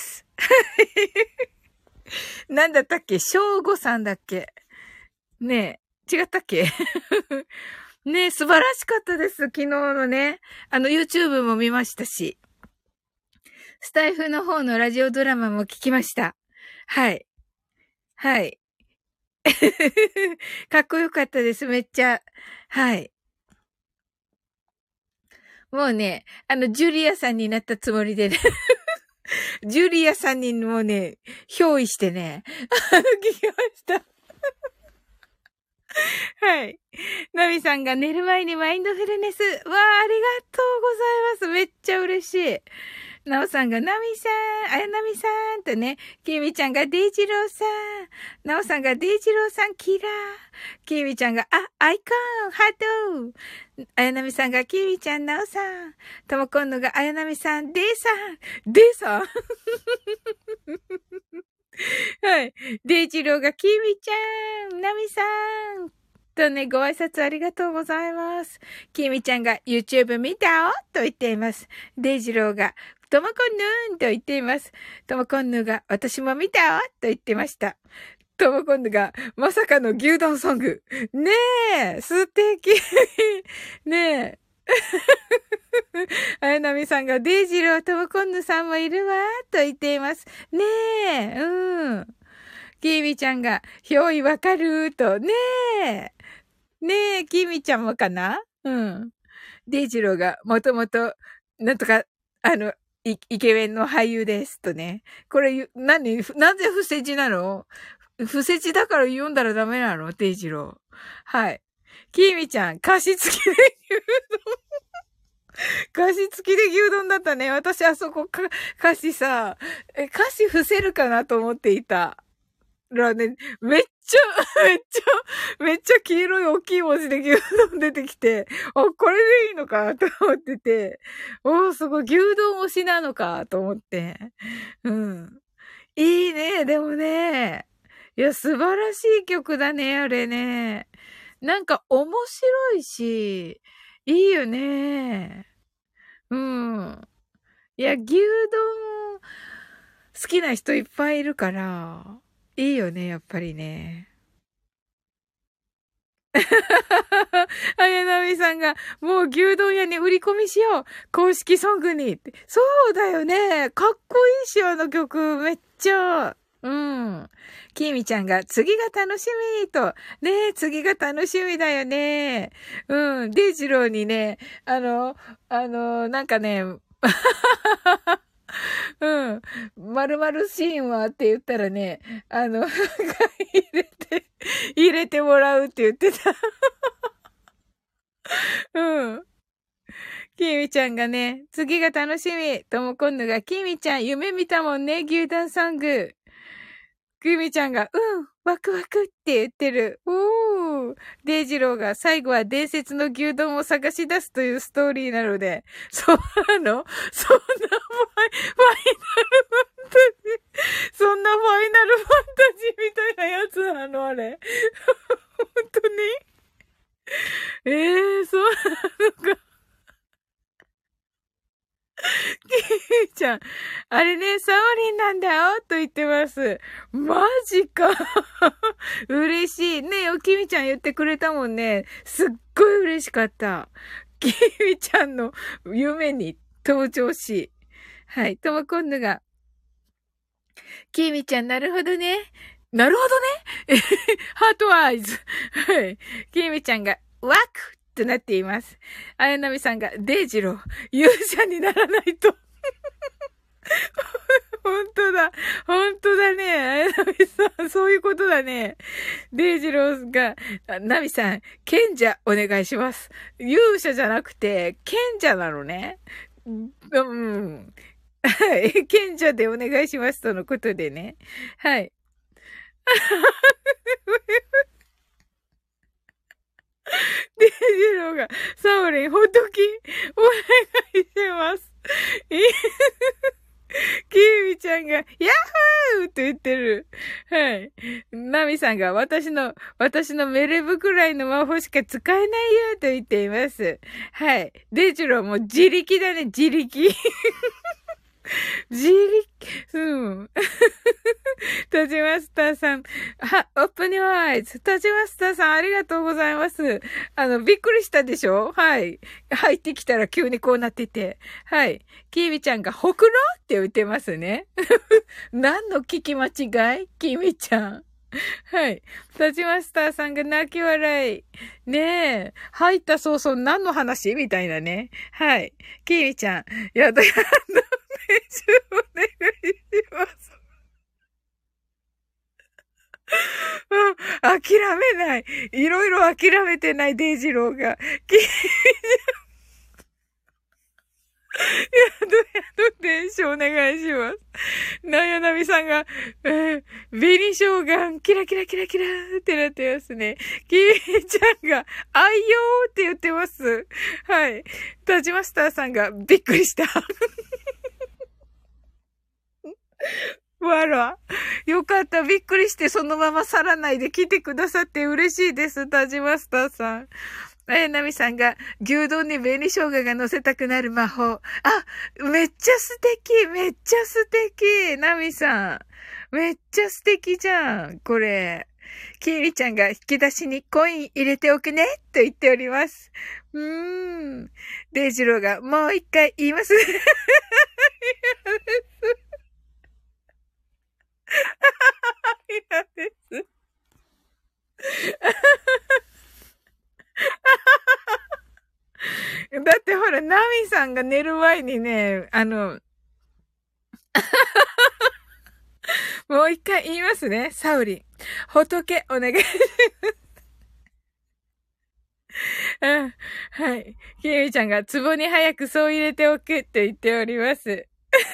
なんだったっけ？正吾さんだっけ？ねえ、違ったっけ？ ね、素晴らしかったです。昨日のね。YouTube も見ましたし。スタイフの方のラジオドラマも聞きました。はい。はい。かっこよかったです、めっちゃ。はい。もうね、ジュリアさんになったつもりでね、ジュリアさんにもね、憑依してね、聞きました。はい。ナミさんが寝る前にマインドフルネス。わあ、ありがとうございます。めっちゃ嬉しい。なおさんが、ナミさん、あやなみさんとね、きみちゃんが、デイジローさん、なおさんが、デイジローさん、キラー、きみちゃんが、アイコン、ハート、あやなみさんが、きみちゃん、なおさん、ともこんのが、あやなみさん、デイさん、デイさんはい。デイジローが、きみちゃん、ナミさん、とね、ご挨拶ありがとうございます。きみちゃんが YouTube 見たと言っています。デイジローがともこんぬーんと言っています。ともこんぬが私も見たと言ってました。ともこんぬがまさかの牛丼ソング。ねえ、素敵。ねえ。あやなみさんがデイジローともこんぬさんもいるわと言っています。ねえ、うん。きみちゃんが憑依わかると。ねえ。ねえ、きみちゃんもかなうん。デイジローがもともと、なんとか、イケメンの俳優ですとね。これ、なぜ不正字なの？不正字だから読んだらダメなの？デイジロー。はい。きみちゃん、歌詞付きで牛丼。歌詞付きで牛丼だったね。私あそこ歌詞さ、歌詞伏せるかなと思っていた。らね、めっちゃ黄色い大きい文字で牛丼出てきて、これでいいのかと思ってて、すごい、牛丼推しなのかと思って。うん。いいね、でもね。いや、素晴らしい曲だね、あれね。なんか面白いし、いいよね。うん。いや、牛丼好きな人いっぱいいるから、いいよね、やっぱりね。あやなみさんが、もう牛丼屋に売り込みしよう。公式ソングに。そうだよね。かっこいいし、あの曲。めっちゃ。うん。きみちゃんが、次が楽しみと。ねえ、次が楽しみだよね。うん。デイジローにね、なんかね、うん。〇〇シーンはって言ったらね、入れてもらうって言ってた。うん。きみちゃんがね、次が楽しみ。とも今度が、きみちゃん夢見たもんね、牛丼ソング。きみちゃんが、ワクワクって言ってる。おー。デイジローが最後は伝説の牛丼を探し出すというストーリーなので、そうなのそんなファイナルファンタジー、そんなファイナルファンタジーみたいなやつなのあれ。本当にそうなのか。きみちゃん、あれね、サオリンなんだよと言ってます。マジか。嬉しい。ねおきみちゃん言ってくれたもんね。すっごい嬉しかった。きみちゃんの夢に登場し。はい。とも今度が、きみちゃん、なるほどね。なるほどね。ハートアイズ。はい。きみちゃんが、ワクとなっています。あやなみさんが、デイジロー、勇者にならないと。本当だ。本当だね。あやなみさん、そういうことだね。デイジローが、ナミさん、賢者お願いします。勇者じゃなくて、賢者なのね。うん。はい。賢者でお願いしますとのことでね。はい。デイジローが、サオリン、ほっとき、お願いします。キーミちゃんが、ヤッホーと言ってる。はい。ナミさんが、私のメレブくらいの魔法しか使えないよと言っています。はい。デイジローも自力だね、自力。 じり、うん。タジマスターさん、オープニュアイズ。タジマスターさん、ありがとうございます。びっくりしたでしょ？はい。入ってきたら急にこうなってて。はい。キミちゃんが、ほくろって言ってますね。何の聞き間違い？キミちゃん。はい。タジマスターさんが泣き笑い。ねえ。入った早々何の話みたいなね。はい。キミちゃん。やだやだ。お願いします。うん、諦めない。いろいろ諦めてないデイジローが。やどでしょお願いします。なやなみさんが、紅生姜、キラキラキラキラってなってますね。きみちゃんが、愛用って言ってます。はい。タジマスターさんが、びっくりした。わら。よかった。びっくりしてそのまま去らないで来てくださって嬉しいです。タジマスターさん。ナミさんが、牛丼に紅生姜が乗せたくなる魔法。あ、めっちゃ素敵めっちゃ素敵ナミさん。めっちゃ素敵じゃんこれ。キミちゃんが引き出しにコイン入れておくねと言っております。デイジローが、もう一回言います。嫌です。だってほら、ナミさんが寝る前にね、もう一回言いますね。サウリン。仏、お願いします。うん。はい。キミちゃんが壺に早くそう入れておくって言っております。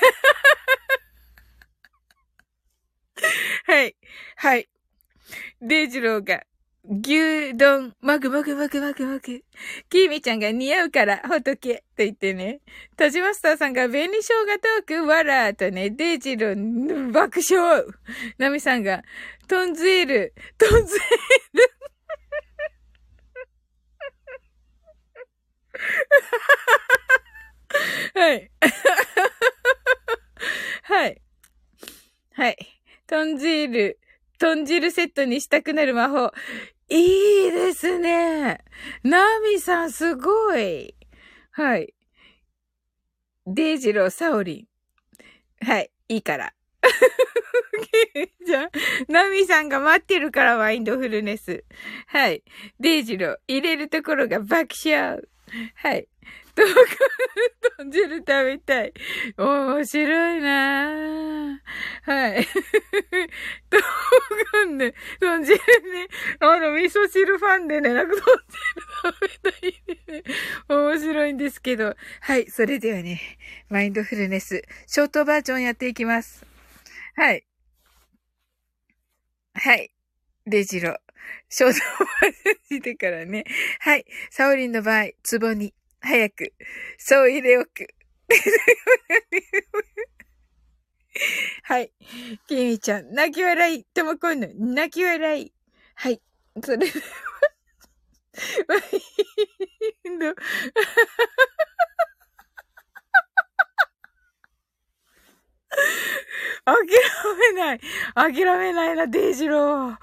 はい。はい。デイジローが、牛丼、マグマグマグマグマグ。キーミちゃんが似合うから、仏って言ってね。タジマスターさんが紅生姜トーク、わらーとね、デイジロー、爆笑。ナミさんが、トンズエール、トンズエール。はい。はい。はい。豚汁、豚汁セットにしたくなる魔法。いいですね。ナミさんすごい。はい。デイジロー、サオリン。はい。いいから。じゃあ、ナミさんが待ってるからマインドフルネス。はい。デイジロー、入れるところが爆笑。はい。豚汁食べたい。面白いなぁ。はい。豚汁ね。味噌汁ファンでね、なんか豚汁食べたいね。面白いんですけど。はい。それではね、マインドフルネス、ショートバージョンやっていきます。はい。はい。デジロ。ショートバージョンしてからね。はい。サオリンの場合、ツボに、早く、そう入れおく。はい。キミちゃん、泣き笑い。ともこんの、泣き笑い。はい。それでは、マインド。諦めない。諦めないな、デイジロー。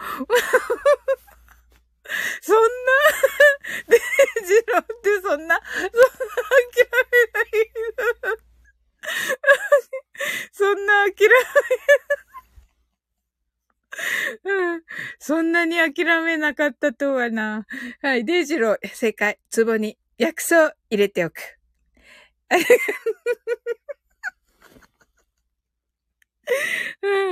そんな、デイジローってそんな諦めない。そんな諦め、うん。そんなに諦めなかったとはな。はい、デイジロー、正解。壺に薬草入れておく。うん。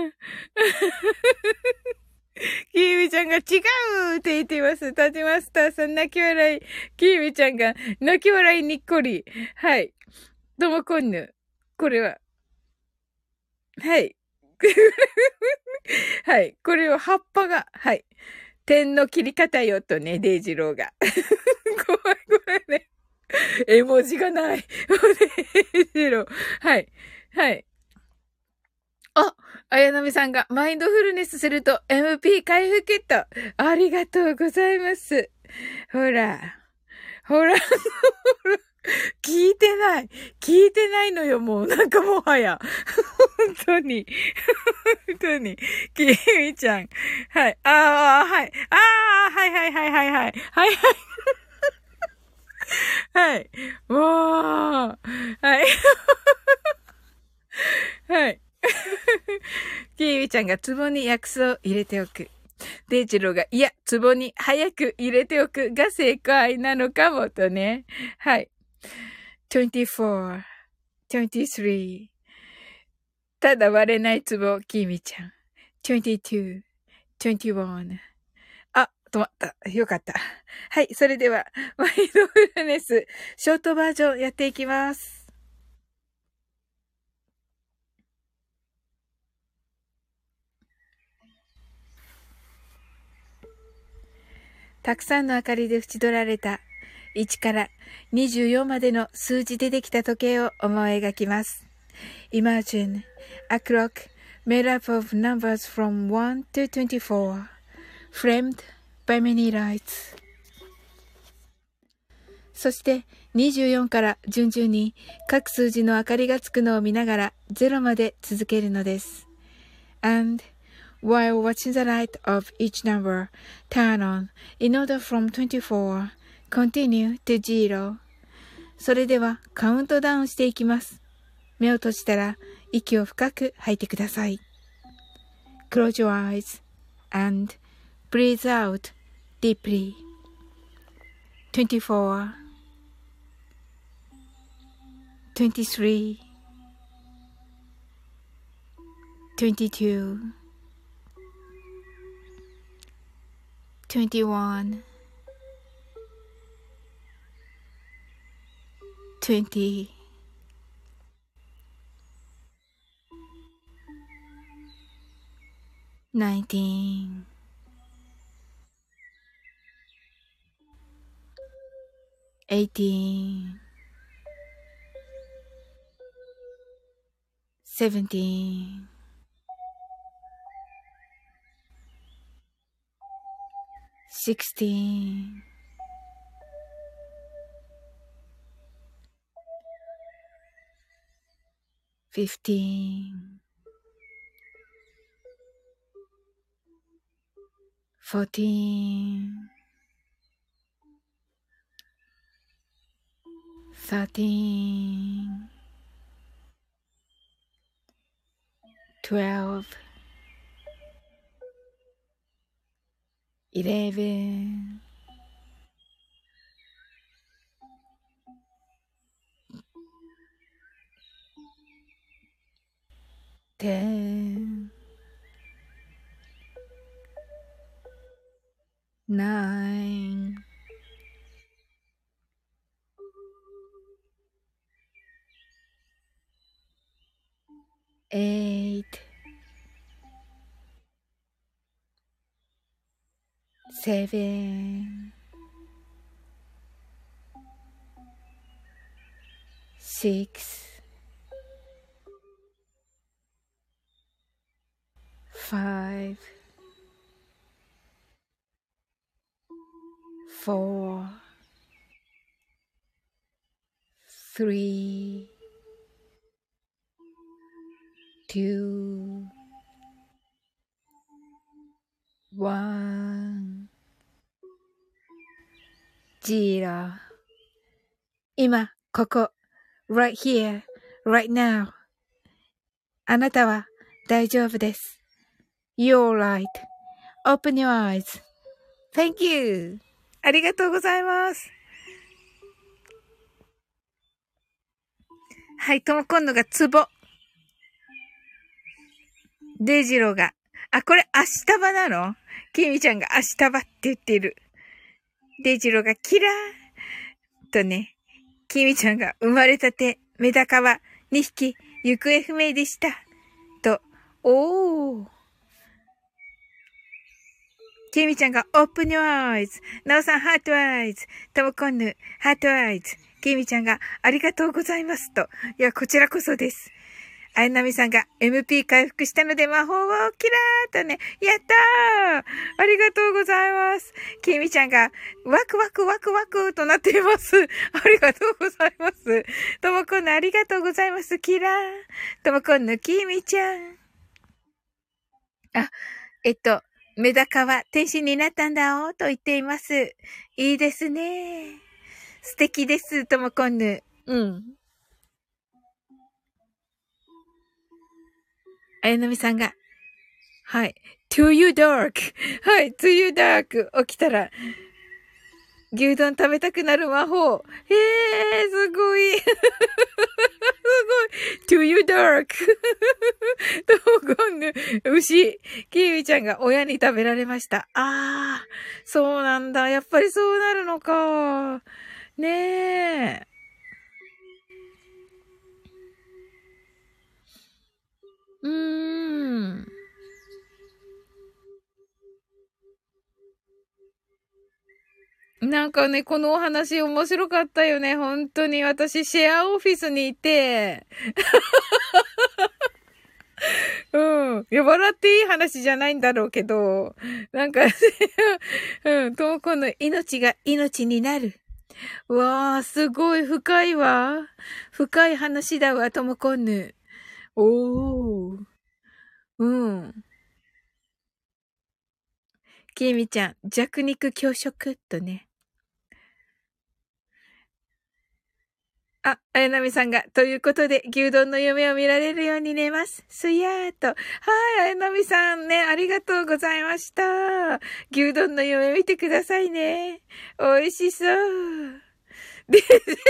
キーミちゃんが違うって言っています。タジマスターさん泣き笑い。キーミちゃんが泣き笑いにっこり。はい。ともこんぬ。これは。はい。はい。これは葉っぱが、はい。点の切り方よとね、デイジローが。怖い、これね。絵文字がない。デイジロー。はい。はい。あ、綾波さんがマインドフルネスすると MP 回復と。ありがとうございます。ほら。ほら。 聞いてない。聞いてないのよ、もう。なんかもはや。本当に。本当に。きみちゃん。はい。ああ、はい。ああ、はいはいはいはいはい。はいはい。はい。もう。はい。はい。きみちゃんが壺に薬草を入れておく。デイジローが、いや、壺に早く入れておくが正解なのかもとね。はい。24、23。ただ割れない壺、きみちゃん。22、21。あ、止まった。よかった。はい、それでは、マインドフルネス、ショートバージョンやっていきます。たくさんの明かりで縁取られた1から24までの数字でできた時計を思い描きます。Imagine a clock made up of numbers from 1 to 24, framed by many lights. そして24から順々に各数字の明かりがつくのを見ながら0まで続けるのです。And while watching the light of each number turn on in order from 24, continue to 0. それではカウントダウンしていきます。目を閉じたら息を深く吐いてください。Close your eyes and breathe out deeply. 24, 23, 22, 21, 20, 19, 18, 17, 16, 15, 14, 13, 12, 11, 10, 9, 8, 7, 6, 5, 4, 3, 2, 1, 0。今、ここ、right here, right now。あなたは大丈夫です。You're right.Open your eyes.Thank you. ありがとうございます。はい、ともこんのがツボ。デイジローが。あ、これ、明日場なの？キミちゃんが明日場って言っている。デイジローがキラーとね、キミちゃんが生まれたて、メダカは2匹行方不明でした。と、おー。キミちゃんがオープンニューアイズ。ナオさんハートアイズ。ともこんぬハートアイズ。キミちゃんがありがとうございますと。いや、こちらこそです。 あやなみさんが MP 回復したので魔法をキラーとね、やったー、ありがとうございます。きみちゃんがワクワクワクワクとなっています。ありがとうございます。ともこんぬありがとうございます。キラー。ともこんぬきみちゃん。あ、メダカは天使になったんだおと言っています。いいですね。素敵です、ともこんぬ。うん。あやなみさんが、はい。to you dark. はい。to you dark. 起きたら、牛丼食べたくなる魔法。すごい。すごい。to you dark. とこんぬ、牛。キーウィちゃんが親に食べられました。そうなんだ。やっぱりそうなるのか。ねえ。ん。なんかね、このお話面白かったよね。本当に。私、シェアオフィスにいて、うん。いや、笑っていい話じゃないんだろうけど、なんかうん、ともこの命が命になる。うわー、すごい深いわ。深い話だわ、ともこんぬ。おー。うん。きみちゃん、弱肉強食とね。あやなみさんが、ということで、牛丼の夢を見られるように寝ます。すやーと。はい、あやなみさんね、ありがとうございました。牛丼の夢見てくださいね。美味しそう。で、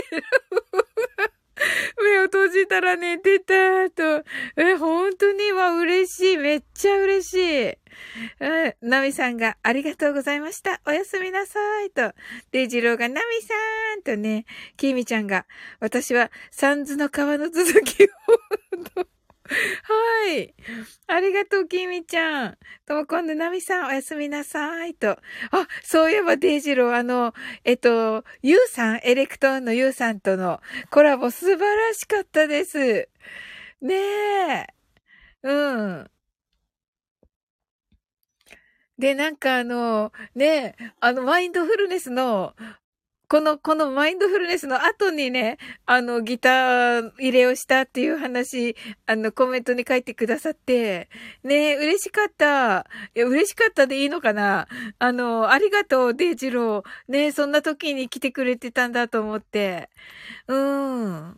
目を閉じたら寝てたと。本当には嬉しい。めっちゃ嬉しい。ナミさんがありがとうございました。おやすみなさい。と。デイジローがナミさんとね、キミちゃんが私はサンズの川の続きをはい。ありがとう、キミちゃん。とも今度、ナミさん、おやすみなさい。と。そういえば、デイジロー、ユウさん、エレクトーンのユウさんとのコラボ素晴らしかったです。ねえ。うん。で、なんかねえ、マインドフルネスの、このマインドフルネスの後にね、ギター入れをしたっていう話、コメントに書いてくださって、ね、嬉しかった。いや、嬉しかったでいいのかな。ありがとう、デイジロー。ね、そんな時に来てくれてたんだと思って。うん。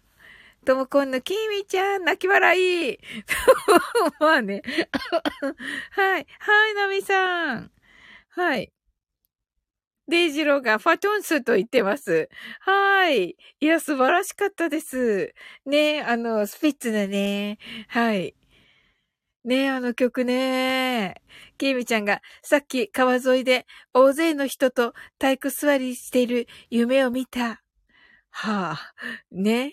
ともこんのきみちゃん、泣き笑い。まあね。はい。はい、ナミさん。はい。デイジローがファトンスと言ってます。はい。いや、素晴らしかったです。ね、スピッツだね。はい。ね、あの曲ね。キミちゃんがさっき川沿いで大勢の人と体育座りしている夢を見た。はあ。ね。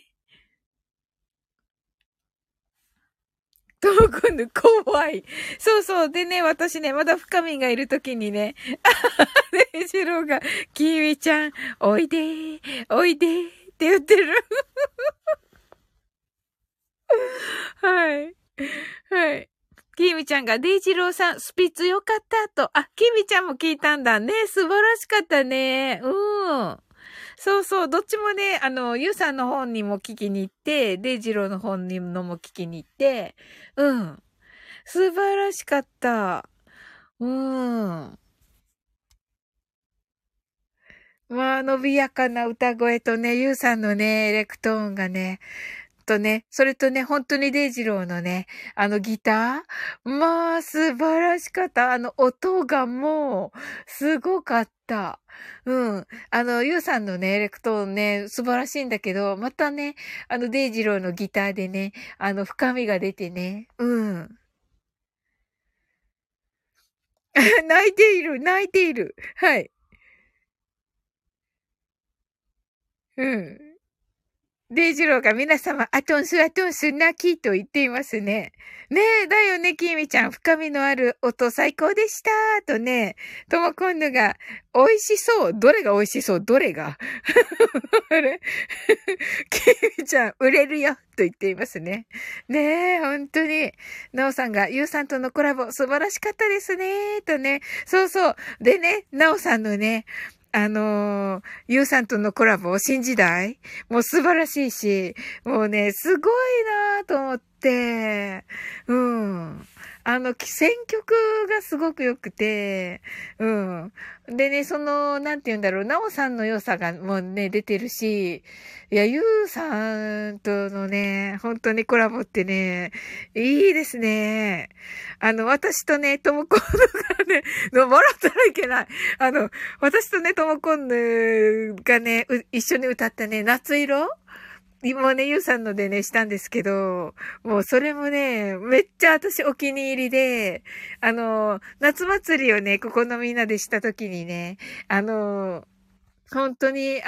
ともくんの怖い。そうそう。でね、私ね、まだ深みがいるときにね、デイジローが、キミちゃん、おいでー、おいでーって言ってる。はい。はい。キミちゃんが、デイジローさん、スピッツよかったと。キミちゃんも聞いたんだね。素晴らしかったね。うん。そうそう。どっちもね、ユウさんの本にも聞きに行って、デイジローの本にのも聞きに行って、うん。素晴らしかった。うん。まあ、伸びやかな歌声とね、ユウさんのね、エレクトーンがね、とね、それとね、本当にデイジローのね、ギターまあ、素晴らしかった。音がもう、すごかった。うん。ユウさんのね、エレクトーンね、素晴らしいんだけど、またね、デイジローのギターでね、深みが出てね、うん。泣いている、泣いている。はい。うん。 デイジローが皆様、アトンス、アトンス、泣きと言っていますね。ねえ、だよね、キミちゃん。深みのある音最高でしたとね、ともこんぬが、美味しそう。どれが美味しそうどれがあれキミちゃん、売れるよと言っていますね。ねえ、本当に。なおさんが、ゆうさんとのコラボ、素晴らしかったですねとね。そうそう。でね、なおさんのね、ゆうさんとのコラボ、新時代もう素晴らしいし、もうね、すごいなと思って、うん。選曲がすごく良くて、うん。でね、なんて言うんだろう、なおさんの良さがもうね、出てるし、いや、ゆうさんとのね、本当にコラボってね、いいですね。私とね、ともこがね、笑ったらいけない。私とね、ともこんぬがね、一緒に歌ったね、夏色もね、ゆうさんのでね、したんですけど、もうそれもね、めっちゃ私お気に入りで、夏祭りをね、ここのみんなでした時にね、本当に、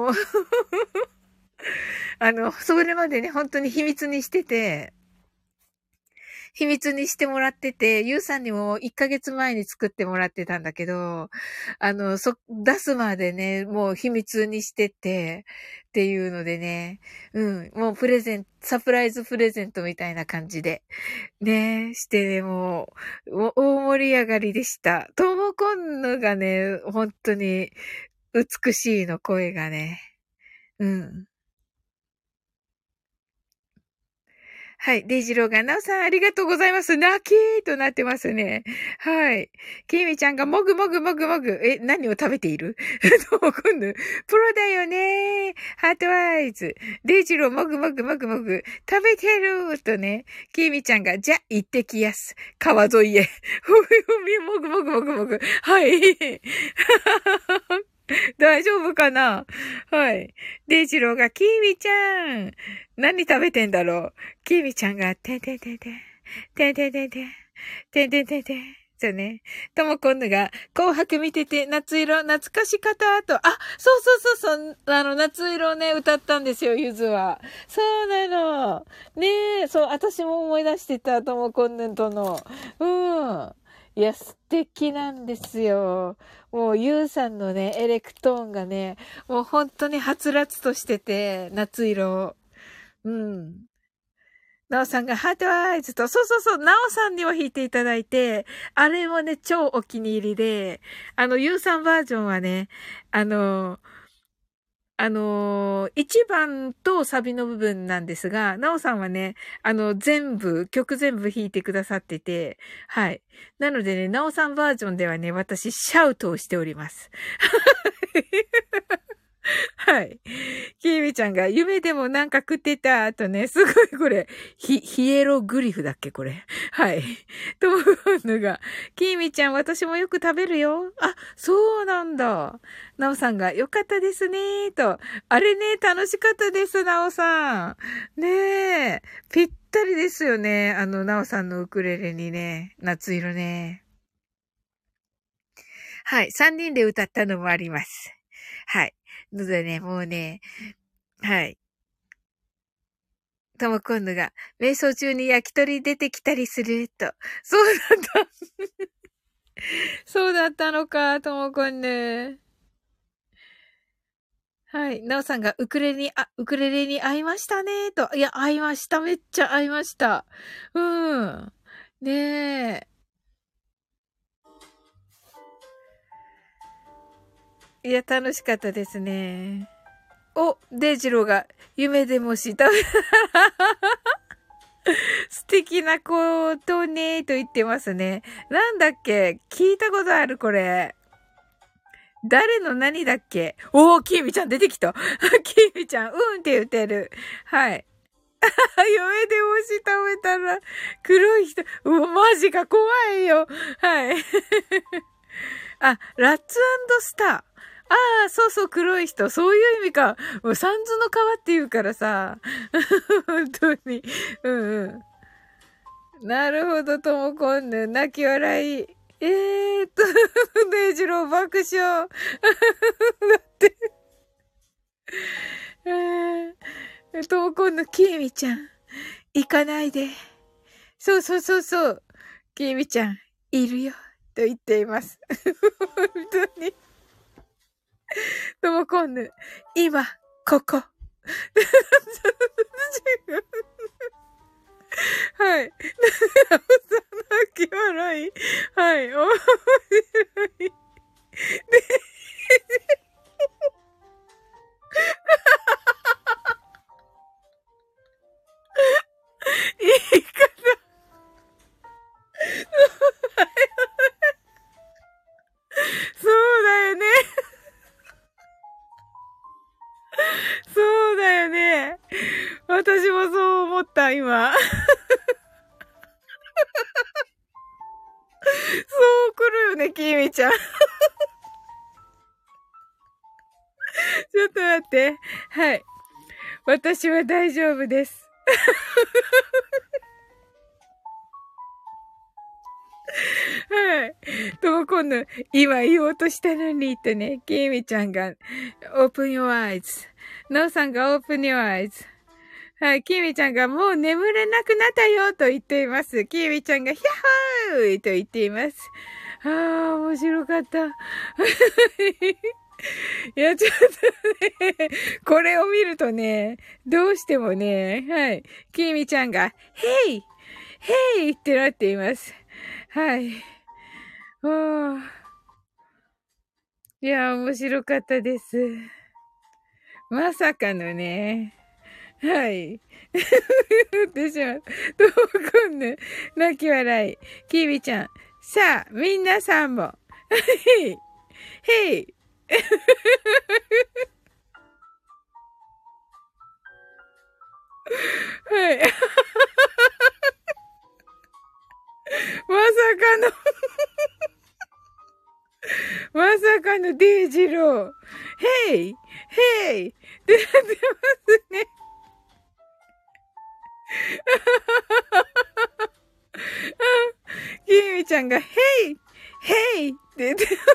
それまでね、本当に秘密にしてて、秘密にしてもらってて、ゆうさんにも1ヶ月前に作ってもらってたんだけど、出すまでね、もう秘密にしてて、っていうのでね、うん、もうサプライズプレゼントみたいな感じで、ね、してね、もう大盛り上がりでした。ともこんぬがね、本当に美しいの声がね、うん。はい。デイジローが、ナオさんありがとうございます。泣きーとなってますね。はい。ケイミちゃんがもぐもぐもぐもぐ。何を食べていると、今度、プロだよねー。ハートアイズ。デイジローもぐもぐもぐもぐ。食べてるとね。ケイミちゃんが、じゃ、行ってきやす。川沿いへ。ふみふみ、もぐもぐもぐもぐ。はい。大丈夫かなはい。デイジローが、キーミちゃん何食べてんだろうキーミちゃんが、てんてんてんてん、てんてんてんてん、てんてんてんてん。じゃね。ともこんぬが、紅白見てて、夏色、懐かしかったと。あ、そうそうそうそう、夏色をね、歌ったんですよ、ゆずは。そうなの。ねえ、そう、私も思い出してた、ともこんぬとの。うん。いや、素敵なんですよ。もう、ゆうさんのね、エレクトーンがね、もう本当にはつらつとしてて、夏色。うん。なおさんがハートアイズと、そうそうそう、なおさんにも弾いていただいて、あれもね、超お気に入りで、ゆうさんバージョンはね、あの、一番とサビの部分なんですが、なおさんはね、曲全部弾いてくださってて、はい。なのでね、なおさんバージョンではね、私、シャウトをしております。はい。きーみちゃんが夢でもなんか食ってたとね、すごいこれ、ヒエログリフだっけこれ。はい。ともぬが、きーみちゃん私もよく食べるよ。あ、そうなんだ。なおさんが、よかったですねと。あれね、楽しかったです、なおさん。ねえ。ぴったりですよね。なおさんのウクレレにね、夏色ね。はい。3人で歌ったのもあります。はい。のでね、もうね、はい。とも今度が、瞑想中に焼き鳥出てきたりすると。そうだった。そうだったのか、ともこんね。はい。なおさんがウクレレに会いましたね、と。いや、会いました。めっちゃ会いました。うん。ねえ。いや、楽しかったですね。お、デイジローが、夢でもした。素敵なことね、と言ってますね。なんだっけ聞いたことある、これ。誰の何だっけおー、キーミちゃん出てきた。キーミちゃん、うんって言ってる。はい。夢で虫食べたら、黒い人、マジか怖いよ。はい。あ、ラッツスター。ああ、そうそう、黒い人。そういう意味か。もう、サンズの川って言うからさ。本当に。うんうん。なるほど、ともこんぬ。泣き笑い。デイジロー爆笑。だって、えー、 ともこんのきえみちゃん、行かないで。そうそうそうそう。きえみちゃん、いるよ。と言っています。本当に。ともこんぬ、今、ここ。はい。なおさんの泣き笑い。はい。面白い。で、言い方。そうだよね。そうだよね。私もそう思った、今。そう来るよね、きみちゃん。ちょっと待って。はい。私は大丈夫です。はい。とも今度、今言おうとしたのに、とね、きみちゃんが、open your eyes。のうさんが open your eyes。はい、きみちゃんがもう眠れなくなったよと言っています。きみちゃんがヒャッホーと言っています。ああ、面白かった。いや、ちょっとね、これを見るとね、どうしてもね、はい、きみちゃんが、ヘイヘイってなっています。はい。いや、面白かったです。まさかのね。はい。ってしまう。ともこんぬ、泣き笑い。きびちゃん。さあ、みんなさんも。へい。へい。はい。まさかのまさかのデイジロー。へい。へい。ってなってますね。きみちゃんが、ヘイヘイって言って、す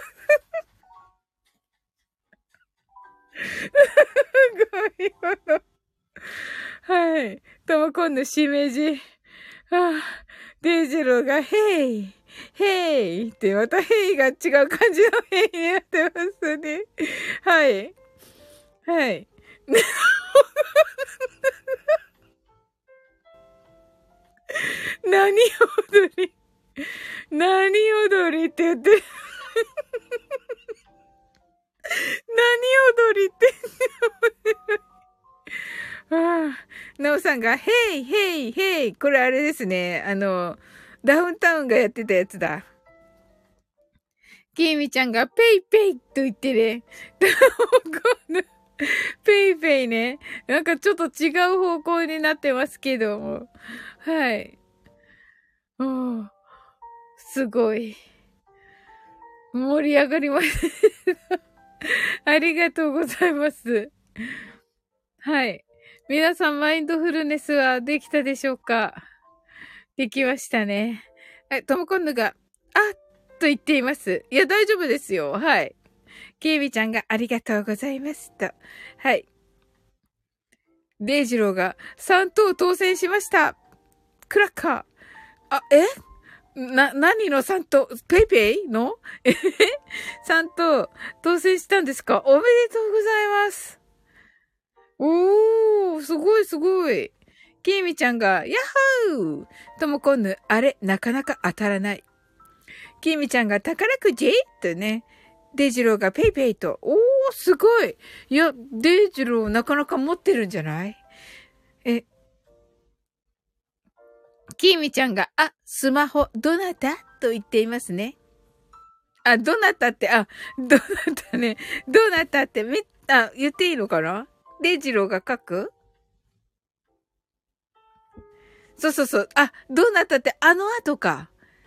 ごいもの。はい。とも今度、しめじ。デイジローが、ヘイヘイって、またヘイが違う感じのヘイになってますね。はい。はい。何踊り何踊りって言って、何踊りってああ、なおさんが、ヘイヘイヘイこれあれですね。ダウンタウンがやってたやつだ。きみちゃんが、ペイペイと言ってね。ペイペイね。なんかちょっと違う方向になってますけども。はい。おーすごい。盛り上がります。ありがとうございます。はい。皆さん、マインドフルネスはできたでしょうか？できましたね。はい、ともこんぬが、と言っています。いや、大丈夫ですよ。はい。ケイビちゃんがありがとうございますと。はい。デイジローが3等当選しました。クラッカー。何の3等、ペイペイの3等当選したんですか？おめでとうございます。おー、すごいすごい。ケイミちゃんが、ヤッホーともこんぬ、あれ、なかなか当たらない。ケイミちゃんが宝くじとね。デイジローがペイペイと。おー、すごい。いや、デイジローなかなか持ってるんじゃない？え、キーミちゃんが、スマホ、どなたと言っていますね。どなたって、どなたね。どなたって、言っていいのかな？デイジローが書く？そうそうそう。どなたって、あの後か。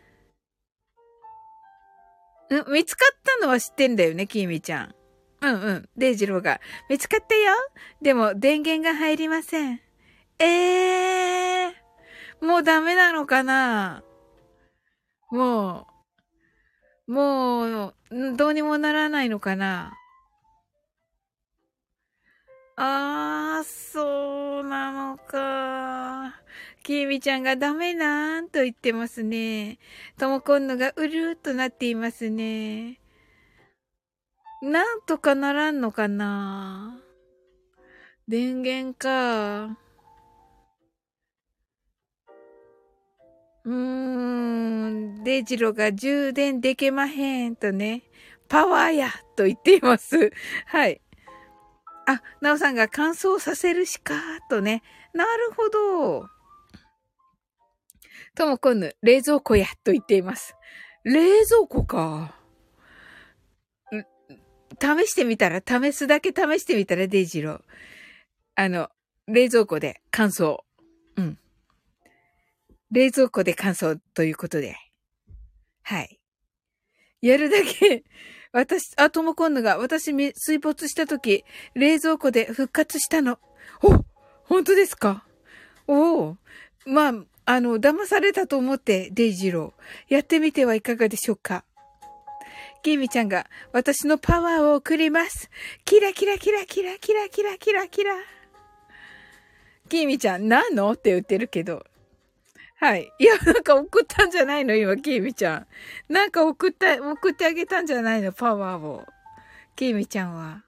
見つかったのは知ってんだよね、キーミちゃん。うんうん。デイジローが。見つかったよ。でも、電源が入りません。もうダメなのかな？ももう、どうにもならないのかな？ あー、そうなのか。きみちゃんがダメなんと言ってますね。ともこんのがうるーっとなっていますね。なんとかならんのかな。電源か。デイジロが充電できまへんとね。パワーやと言っています。はい。あ、なおさんが乾燥させるしかとね。なるほど。ともこんぬ、冷蔵庫やと言っています。冷蔵庫か。試してみたら、試すだけ試してみたら、デイジロー。冷蔵庫で乾燥。うん。冷蔵庫で乾燥ということで。はい。やるだけ、ともこんぬが、水没した時、冷蔵庫で復活したの。本当ですか？おお。まあ、騙されたと思って、デイジロー。やってみてはいかがでしょうか？キミちゃんが、私のパワーを送ります。キラキラキラキラキラキラキラキラ。キミちゃん、何のって言ってるけど。はい。いや、なんか送ったんじゃないの今、キミちゃん。なんか送ってあげたんじゃないのパワーを。キミちゃんは。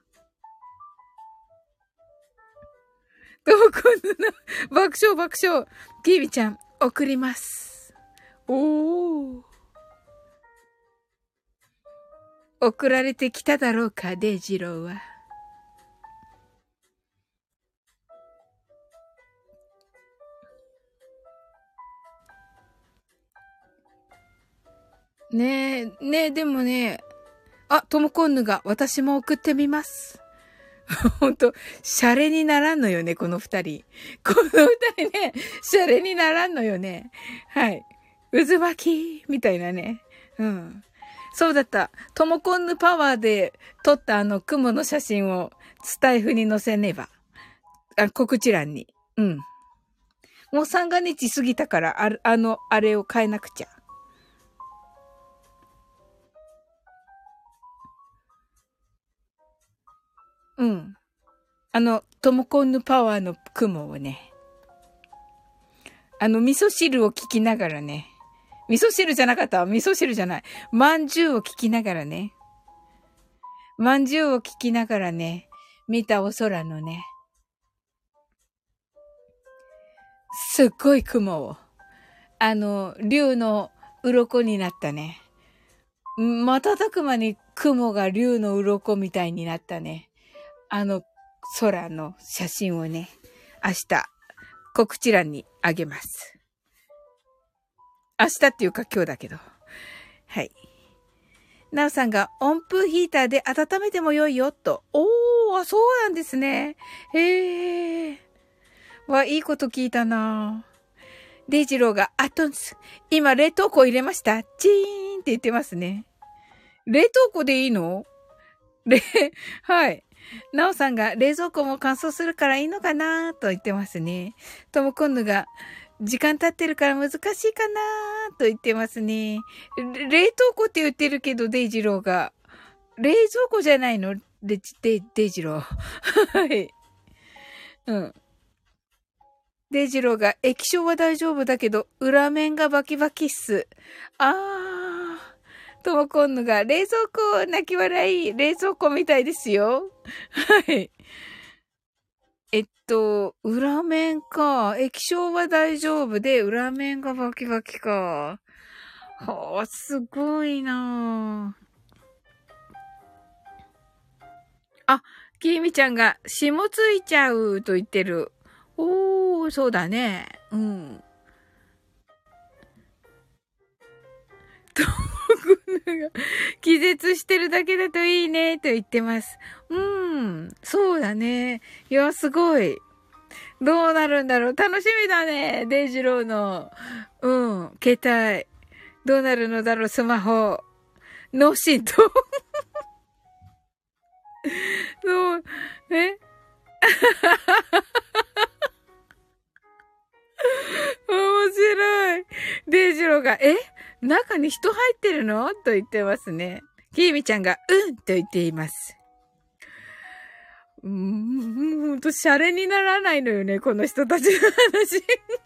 どこの、爆笑。キミちゃん、送ります。おー。送られてきただろうか、デイジローは。でもね、トモコンヌが私も送ってみます。ほんと、シャレにならんのよね、この二人。この二人ね、シャレにならんのよね。はい。渦巻きみたいなね。うん。そうだった。トモコンヌパワーで撮った雲の写真をスタイフに載せねば。告知欄に。うん。もう三が日過ぎたから、あれを変えなくちゃ。うん。トモコンヌパワーの雲をね、味噌汁を聞きながらね、味噌汁じゃなかった味噌汁じゃない。まんじゅうを聞きながらね、まんじゅうを聞きながらね、見たお空のね、すっごい雲を、竜の鱗になったね。瞬く間に雲が竜の鱗みたいになったね。空の写真をね、明日、告知欄にあげます。明日っていうか今日だけど。はい。なおさんが温風ヒーターで温めても良いよ、と。そうなんですね。へえ。いいこと聞いたな。デイジローが、今冷凍庫入れました。チーンって言ってますね。冷凍庫でいいの？はい。なおさんが冷蔵庫も乾燥するからいいのかなと言ってますね。ともこんぬが時間経ってるから難しいかなと言ってますね。冷凍庫って言ってるけど、デイジローが。冷蔵庫じゃないの？デイジロー。はい。うん。デイジローが液晶は大丈夫だけど、裏面がバキバキっす。ともこんぬが冷蔵庫泣き笑い。冷蔵庫みたいですよ。はい。裏面か。液晶は大丈夫で、裏面がバキバキか。すごいなぁ。きみちゃんが、霜ついちゃうと言ってる。そうだね。うん。気絶してるだけだといいね、と言ってます。そうだね。いや、すごい。どうなるんだろう。楽しみだね。デイジローの、携帯。どうなるのだろう、スマホ。脳震盪。そう、面白い。デイジローが、中に人入ってるのと言ってますね。キーミちゃんが、と言っています。 ほんと、シャレにならないのよね、この人たちの話。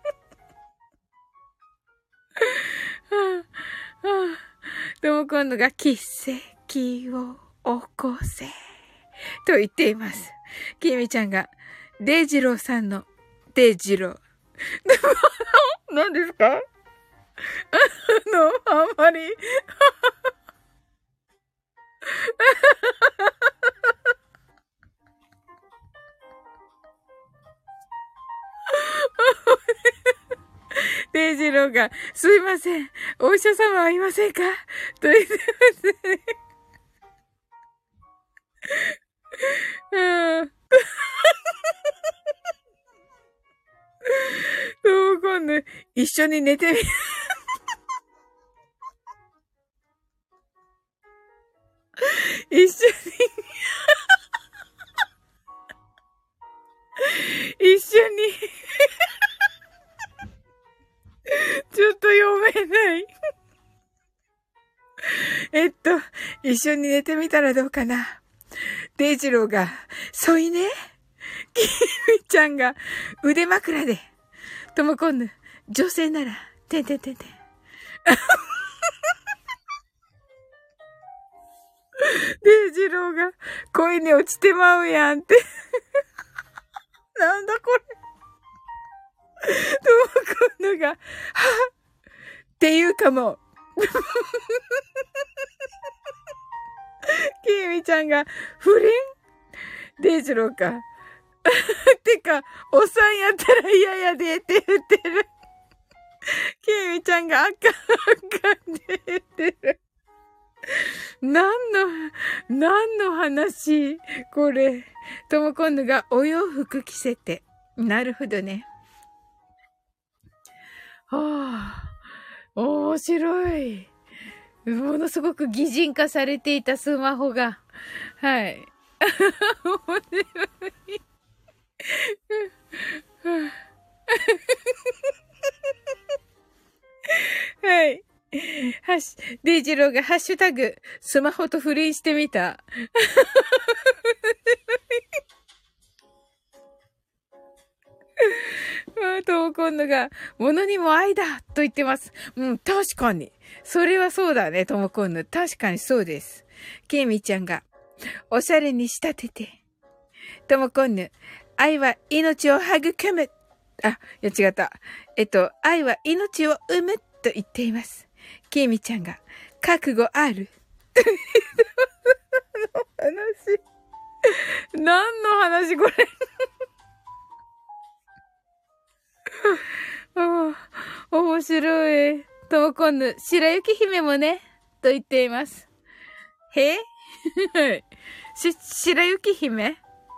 とも今度が奇跡を起こせ。と言っています。きみちゃんが、デイジローさんの、デイジロー。何ですか？あんまり。デイジローが、すいません。お医者様はいませんか？と言ってますね。うん。今度、一緒に寝てみ、一緒に、一緒に、ちょっと読めない。一緒に寝てみたらどうかな。デイジローが、添いね。キミちゃんが、腕枕で。ともこんぬ、女性なら、てんてんてんてん。デイジローが、恋に落ちてまうやんって。なんだこれ。ともこんぬが、はっていうかも。キミちゃんが、不倫デイジローか。てか、おっさんやったら嫌やでって言ってる。キミちゃんがあかんって言ってる。何の話これ。とも今度がお洋服着せて。なるほどね。はあ、面白い。ものすごく擬人化されていたスマホが。はい。面白い。はい。デイジローがハッシュタグ、スマホと不倫してみた。とも今度が、ものにも愛だと言ってます。うん、確かに。それはそうだね、とも今度。確かにそうです。ケイミちゃんが、おしゃれに仕立てて。とも今度、愛は命を育む。あ、いや違った。愛は命を生むと言っています。ケイミちゃんが、覚悟ある何の話これ面白い。ともこんぬ、白雪姫もね、と言っています。へはい。白雪姫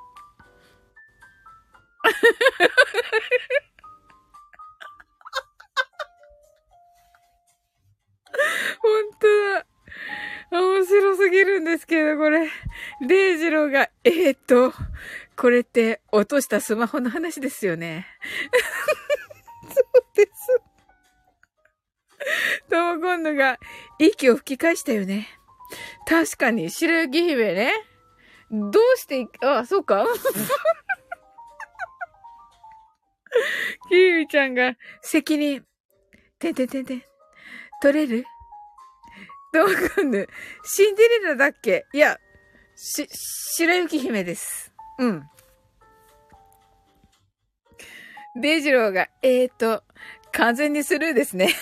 本当だ。面白すぎるんですけど、これ。デイジローが、これって落としたスマホの話ですよね。そうです。とも今度が、息を吹き返したよね。確かに、白雪姫ね。どうして、そうかキーミちゃんが、責任、てん、取れるどうかんぬ。シンデレラだっけ？いや、白雪姫です。うん。デイジローが、完全にスルーですね。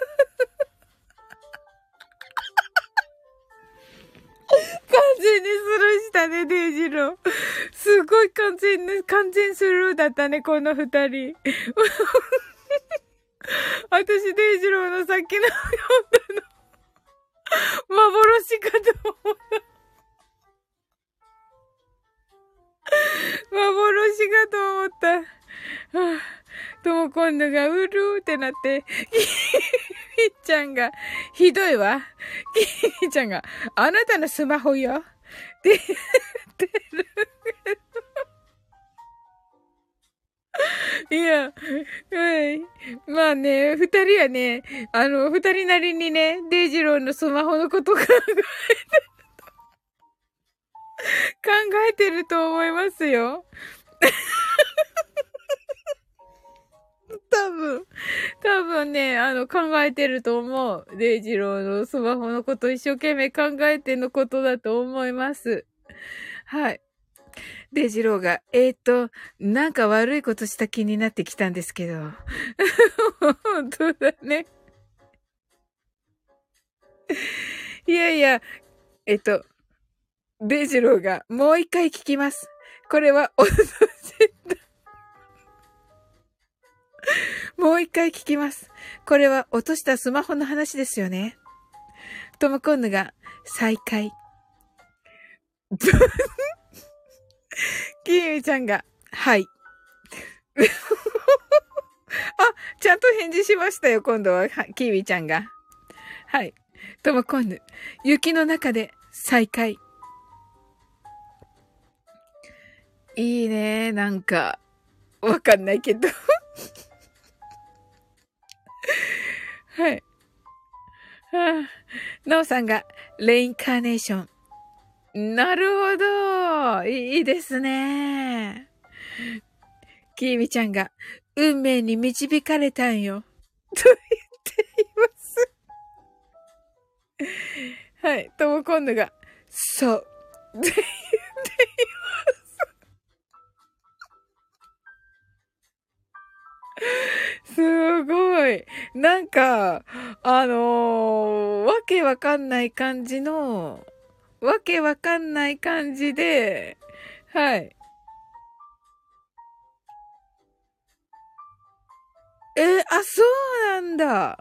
完全にスルーしたね、デイジロー。すごい完全スルーだったね、この二人。私、デイジローのさっきの読んだの。幻かと思った。幻かと思った。はあ、とも今度がうるーってなって、キミちゃんが、ひどいわ。キミちゃんが、あなたのスマホよ。って言ってる。いや、はい。まあね、二人はね、二人なりにね、デイジローのスマホのことを考えてると思いますよ。多分ね、考えてると思う。デイジローのスマホのこと一生懸命考えてのことだと思います。はい。デイジローが、なんか悪いことした気になってきたんですけど。本当だね。いやいや、デイジローが、もう一回聞きます。これは、もう一回聞きます。これは落としたスマホの話ですよね。トムコンヌが再開。キーミちゃんが、はい。あ、ちゃんと返事しましたよ、今度は、キーミちゃんが。はい。トムコンヌ、雪の中で再開。いいね、なんか、わかんないけど。はい。ナオさんが、レインカーネーション。なるほど。いいですね。キーミちゃんが、運命に導かれたんよ。と言っています。はい。トモコンヌが、そう。って言っています。すごい。なんか、わけわかんない感じの、わけわかんない感じで、はい。そうなんだ。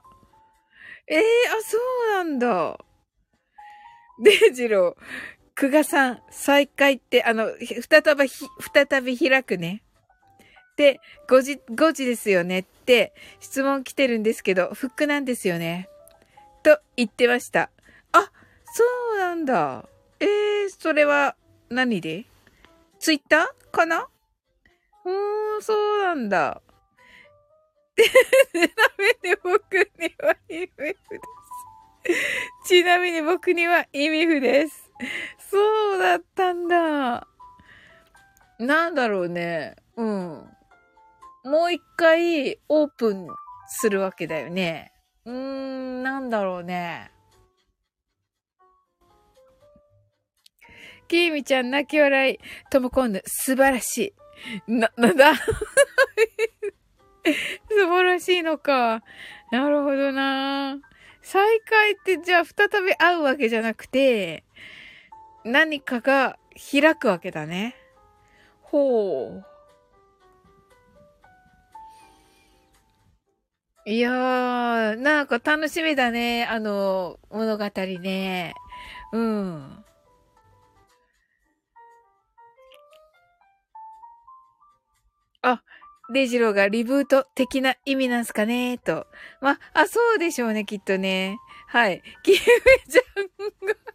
そうなんだ。デイジロー、久我さん、再開って、再び開くね。で、5時ですよねって質問来てるんですけど、フックなんですよね。と言ってました。あ、そうなんだ。それは何でツイッターかなそうなんだ。ちなみに僕には意味不です。ちなみに僕には意味不です。そうだったんだ。なんだろうね。うん。もう一回オープンするわけだよね。なんだろうね。きーみちゃん泣き笑い。ともこんぬ、素晴らしい。なんだ素晴らしいのか。なるほどな。再会ってじゃあ再び会うわけじゃなくて、何かが開くわけだね。ほう。いやー、なんか楽しみだね。物語ね。うん。あ、デイジローがリブート的な意味なんすかねと。そうでしょうね、きっとね。はい。キムちゃんが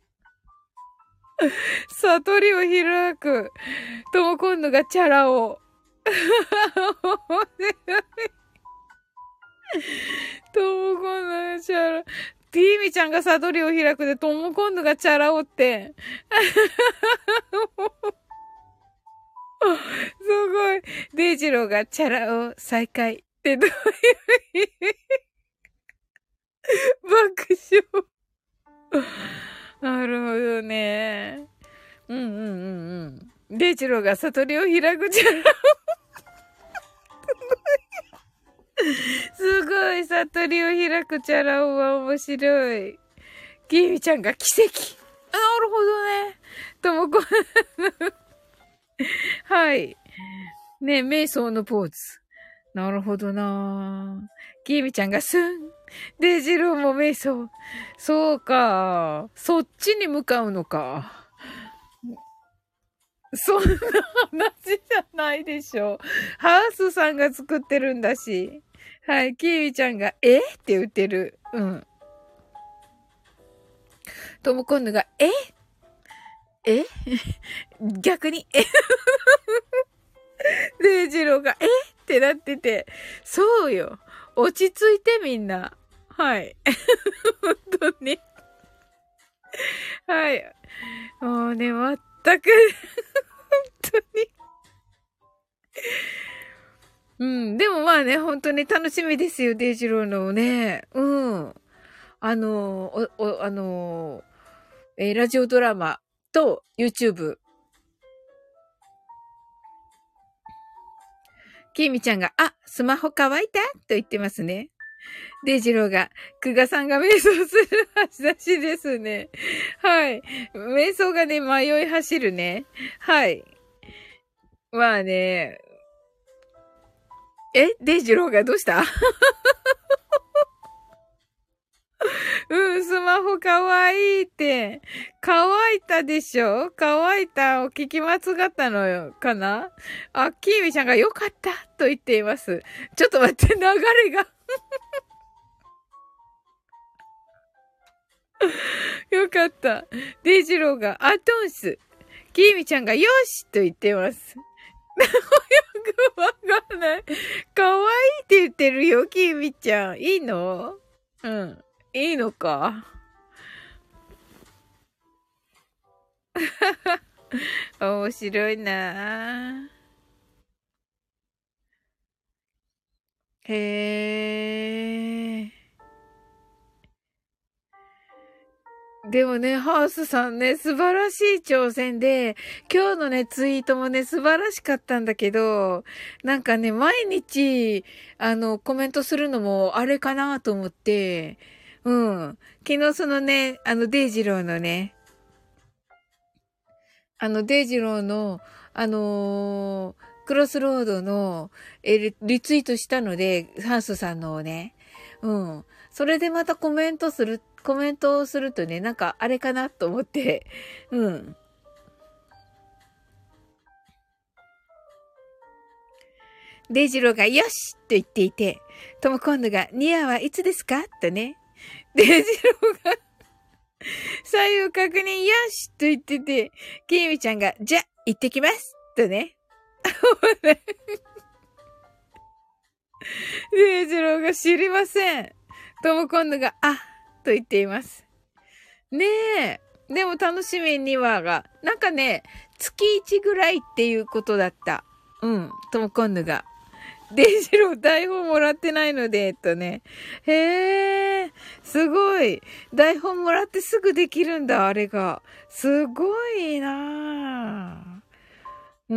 悟りを開く。とも今度がチャラを。とも今度がチャラ。ティーミちゃんが悟りを開くで、とも今度がチャラをって。すごい。デイジローがチャラを再開ってどういう意味爆笑。なるほどね。うんうんうんうん。デイジローが悟りを開くチャラ。すごい。悟りを開くチャラ男は面白い。キミちゃんが奇跡。なるほどね。ともこ、はい。ね、瞑想のポーズ。なるほどなキミちゃんがスン。デイジローも瞑想。そうか。そっちに向かうのか。そんな話じゃないでしょ。ハウスさんが作ってるんだし。はい、キーミちゃんが、って言ってる。うん。トムコンヌが、え逆に、デイジローが、ってなってて、そうよ。落ち着いてみんな。はい。本当に。はい。もうね、 全く、本当に。うん。でもまあね、本当に楽しみですよ、デイジローのね。うん。ラジオドラマと YouTube。きみちゃんが、あ、スマホ乾いたと言ってますね。デイジローが、久我さんが瞑想する話ですね。はい。瞑想がね、迷い走るね。はい。まあね。デイジローがどうしたうん、スマホかわいいって。乾いたでしょ乾いたを聞き間違ったのよ、かなあ、キーミちゃんが良かったと言っています。ちょっと待って、流れがよかった。デイジローが、アトンス。キーミちゃんが、よしと言っています。よくわかんない。かわいいって言ってるよ、キーミちゃん。いいのうん。いいのか。面白いなぁ。へー。でもね、ハウスさんね、素晴らしい挑戦で、今日のね、ツイートもね、素晴らしかったんだけど、なんかね、毎日、コメントするのもあれかなと思って、うん。昨日そのね、デイジローのね、デイジローの、クロスロードの、リツイートしたので、ハウスさんのをね、うん。それでまたコメントをするとね、なんかあれかなと思って、うん。デイジローがよしと言っていて、トムコンヌがニアはいつですかとね。デイジローが左右確認よしと言ってて、キミちゃんがじゃ、行ってきますとね。デイジローが知りません。トムコンヌがあと言っています。ねえ。でも楽しみにはが、なんかね、月1ぐらいっていうことだった。うん、トムコンヌが。デイジロー台本もらってないので、とね。へえ、すごい。台本もらってすぐできるんだ、あれが。すごいなぁ。うん。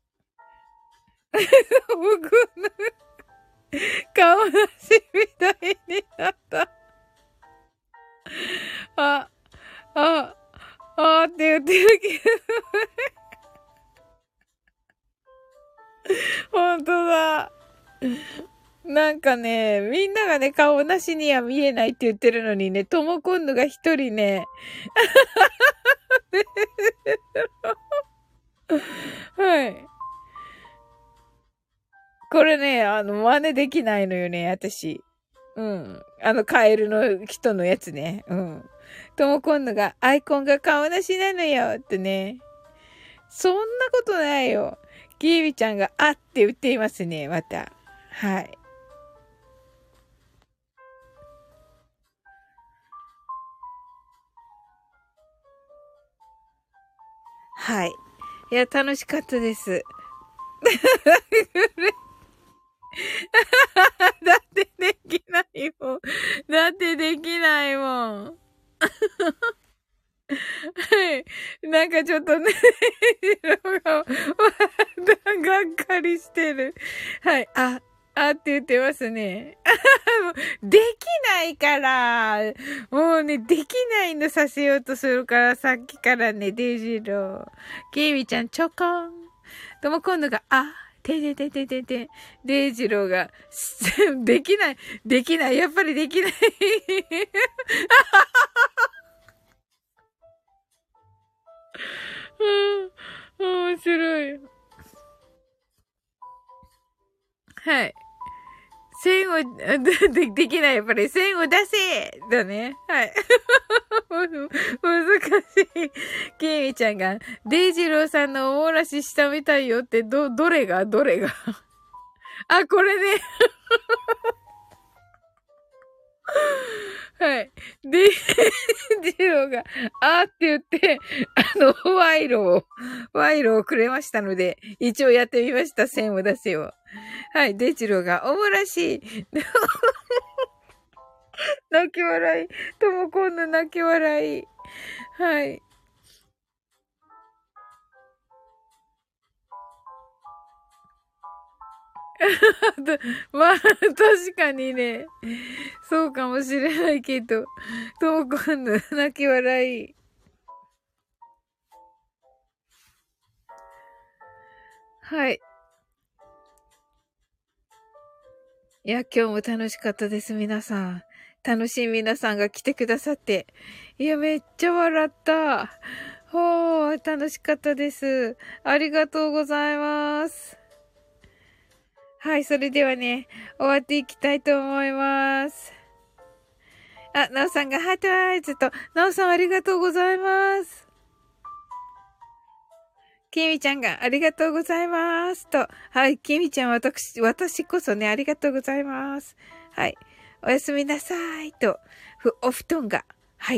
僕の顔出しみたいになった。あ、あ、あーって言ってるけど、ほんとだ。なんかね、みんながね、顔なしには見えないって言ってるのにね、トモコンヌが一人ね、はい。これね、真似できないのよね、私。うん。カエルの人のやつね。うん。トモコンヌが、アイコンが顔なしなのよ、ってね。そんなことないよ。キービちゃんが、あって言っていますね、また。はい。はい。いや、楽しかったです。だってできないもん。だってできないもん。はい。なんかちょっとね、がっかりしてる。はい。って言ってますね。できないから。もうね、できないのさせようとするから、さっきからね、デイジロー。ケイミちゃん、ちょこん。とも今度が、て。デイジローが、できない、できない、やっぱりできない。うん、面白い。はい。線を、できない。やっぱり線を出せだね。はい。難しい。きみちゃんが、デイジローさんのおもらししたみたいよって、どれがこれね。 はい。で、ジローが、あーって言って、賄賂をくれましたので、一応やってみました、線を出せよ。はい。デジローが、おもらしい。泣き笑い。ともこんの泣き笑い。はい。まあ、確かにね。そうかもしれないけど。ともこんの泣き笑い。はい。いや、今日も楽しかったです、皆さん。楽しい皆さんが来てくださって。いや、めっちゃ笑った。ほー、楽しかったです。ありがとうございます。はい、それではね、終わっていきたいと思います。あ、なおさんがハートアイズと、なおさんありがとうございます。きみちゃんがありがとうございますと。はい、きみちゃん私こそね、ありがとうございます。はい。おやすみなさいと、お布団が。はい。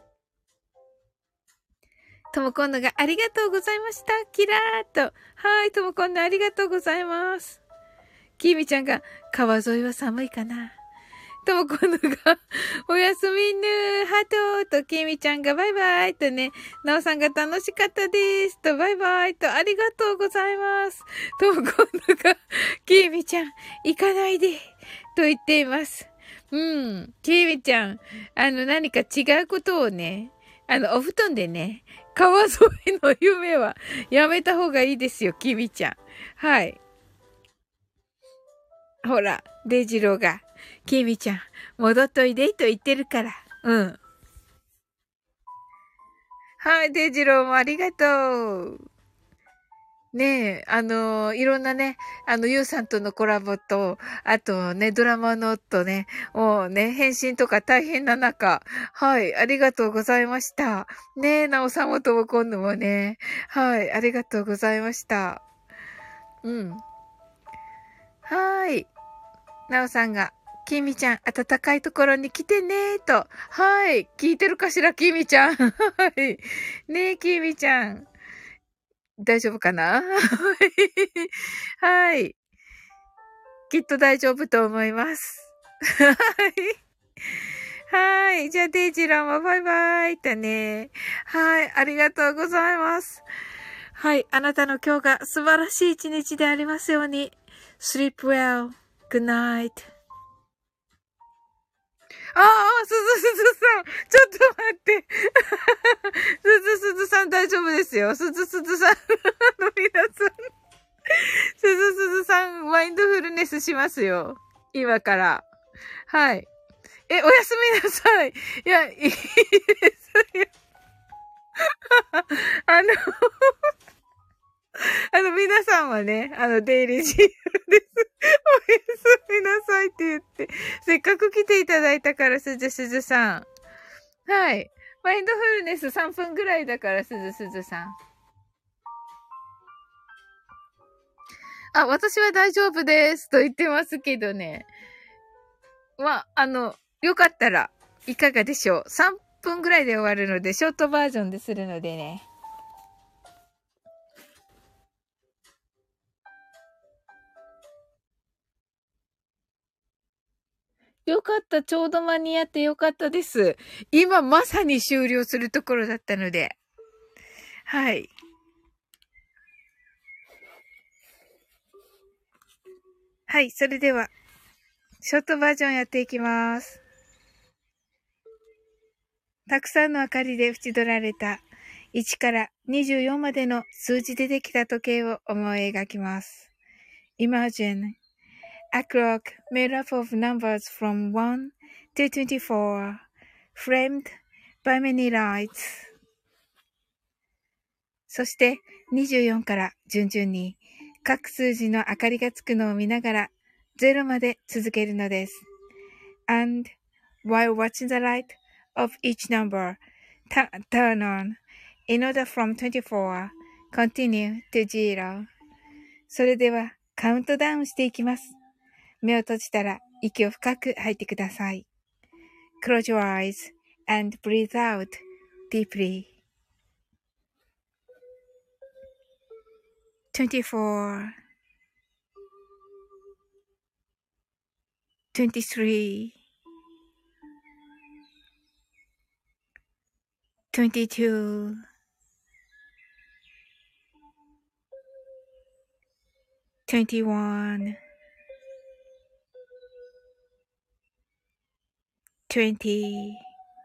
ともこんのがありがとうございました。キラーと。はい、ともこんのありがとうございます。きみちゃんが川沿いは寒いかな。ともこんのがおやすみぬハートときみちゃんがバイバイとね、なおさんが楽しかったですとバイバイとありがとうございます。ともこんのがきみちゃん行かないでと言っています。うん。きみちゃん、何か違うことをね、お布団でね、川沿いの夢はやめた方がいいですよ、きみちゃん。はい。ほら、デジローが、キミちゃん、戻っといでと言ってるから。うん。はい、デジローもありがとう。ねえ、いろんなね、ユウさんとのコラボと、あとね、ドラマのとね、もうね、返信とか大変な中、はい、ありがとうございました。ねえ、なおさんもとも今度もね、はい、ありがとうございました。うん。はい。なおさんが、きみちゃん、暖かいところに来てねと。はい。聞いてるかしら、きみちゃん。はい。ねえ、きみちゃん。大丈夫かなはい。きっと大丈夫と思います。はい。はい。じゃあ、デイジローもバイバイとね。はい。ありがとうございます。はい。あなたの今日が素晴らしい一日でありますように。Sleep well. Good night. ああ、すずさん。ちょっと待って。すずさん大丈夫ですよ。すずさん。皆さん。すずさん、マインドフルネスしますよ。今から。はい。おやすみなさい。いや、いいですよ。あの、皆さんはね、出入り自由です。おやすみなさいって言って、せっかく来ていただいたから、すずさん。はい。マインドフルネス3分ぐらいだから、すずさん。あ、私は大丈夫ですと言ってますけどね。まあ、よかったら、いかがでしょう。3分ぐらいで終わるので、ショートバージョンでするのでね。よかった。ちょうど間に合ってよかったです。今まさに終了するところだったので。はい。はい。それでは、ショートバージョンやっていきます。たくさんの明かりで縁取られた1から24までの数字でできた時計を思い描きます。Imagine a clock made up of numbers from 1 to 24, framed by many lights. そして24から順々に各数字の明かりがつくのを見ながら0まで続けるのです。And while watching the light of each number turn on, in order from 24, continue to 0. それではカウントダウンしていきます。目を閉じたら息を深く吐いてください。 Close your eyes and breathe out deeply. 24, 23, 22, 21, 20,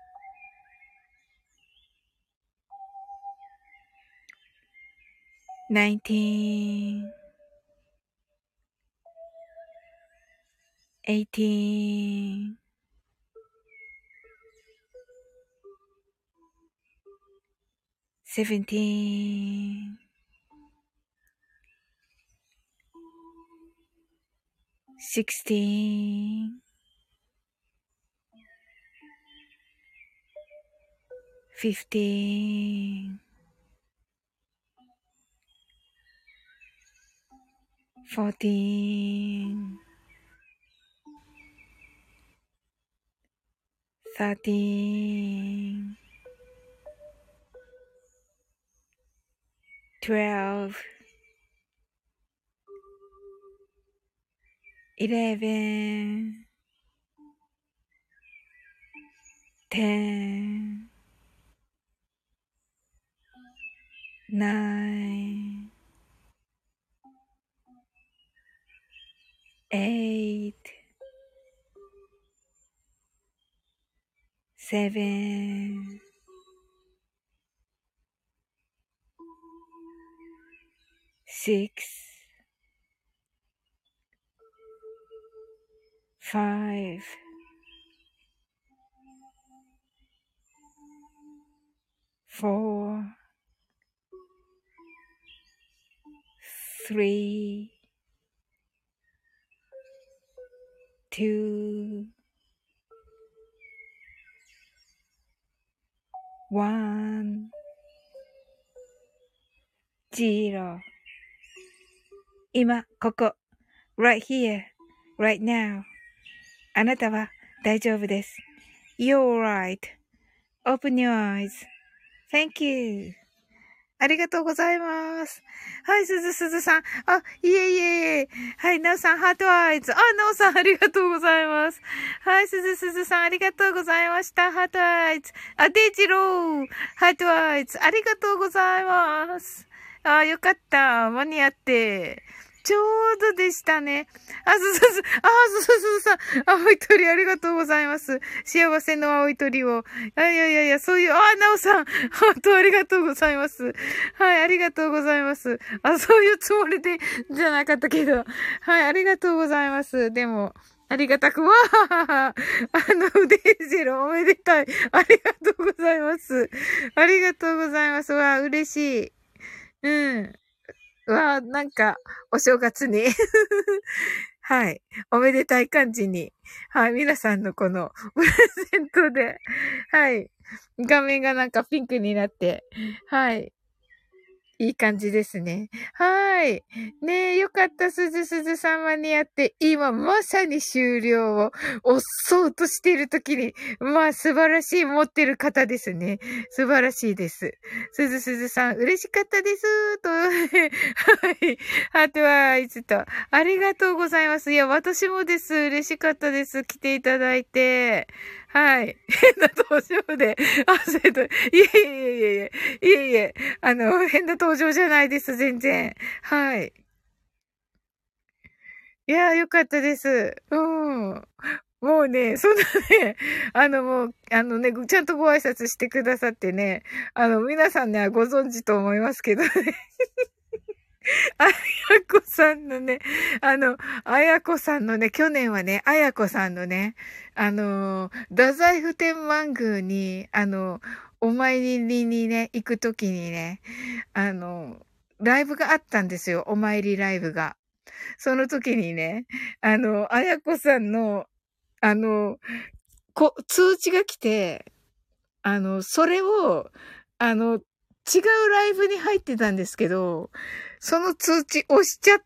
19, 18, 17, 16, 15, 14, 13, 12, 11, 10, 9, 8, 7, 6, 5, 4, 3, 2, 1, 0。今、ここ。right here, right now. あなたは大丈夫です。You're right.Open your eyes.Thank you. ありがとうございます。はい、すずさん。あ、いえいえいえ。はい、なおさん、ハートアイズ。あ、なおさん、ありがとうございます。はい、すずさん、ありがとうございました。ハートアイズ。あ、デイジロー。ハートアイズ。ありがとうございます。あ、よかった。間に合って。ちょうどでしたね。すさん。青い鳥ありがとうございます。幸せの青い鳥を。そういう、なおさん。本当ありがとうございます。はい、ありがとうございます。そういうつもりで、じゃなかったけど。はい、ありがとうございます。でも、ありがたく、デイジローおめでたい。ありがとうございます。ありがとうございます。わ、嬉しい。うん。なんか、お正月にはい。おめでたい感じに。はい。皆さんのこの、プレゼントで、はい。画面がなんかピンクになって、はい。いい感じですね。はい。ねえ、よかった。すずさん間に合って、今まさに終了を押そうとしているときに、まあ素晴らしい持ってる方ですね。素晴らしいです。すずさん、嬉しかったです。と、はい。ハートワイズと、ありがとうございます。いや、私もです。嬉しかったです。来ていただいて。はい。変な登場で、いえ、変な登場じゃないです、全然。はい。いやー、よかったです。うん。もうね、そんなね、もう、ちゃんとご挨拶してくださってね、皆さんね、ご存知と思いますけどね。あやこさんのね、あやこさんのね、去年はね、あやこさんのね、太宰府天満宮に、お参りにね、行くときにね、ライブがあったんですよ。お参りライブが。その時にね、あやこさんの、あの、通知が来て、それを、あの、 違うライブに入ってたんですけど、その通知押しちゃって、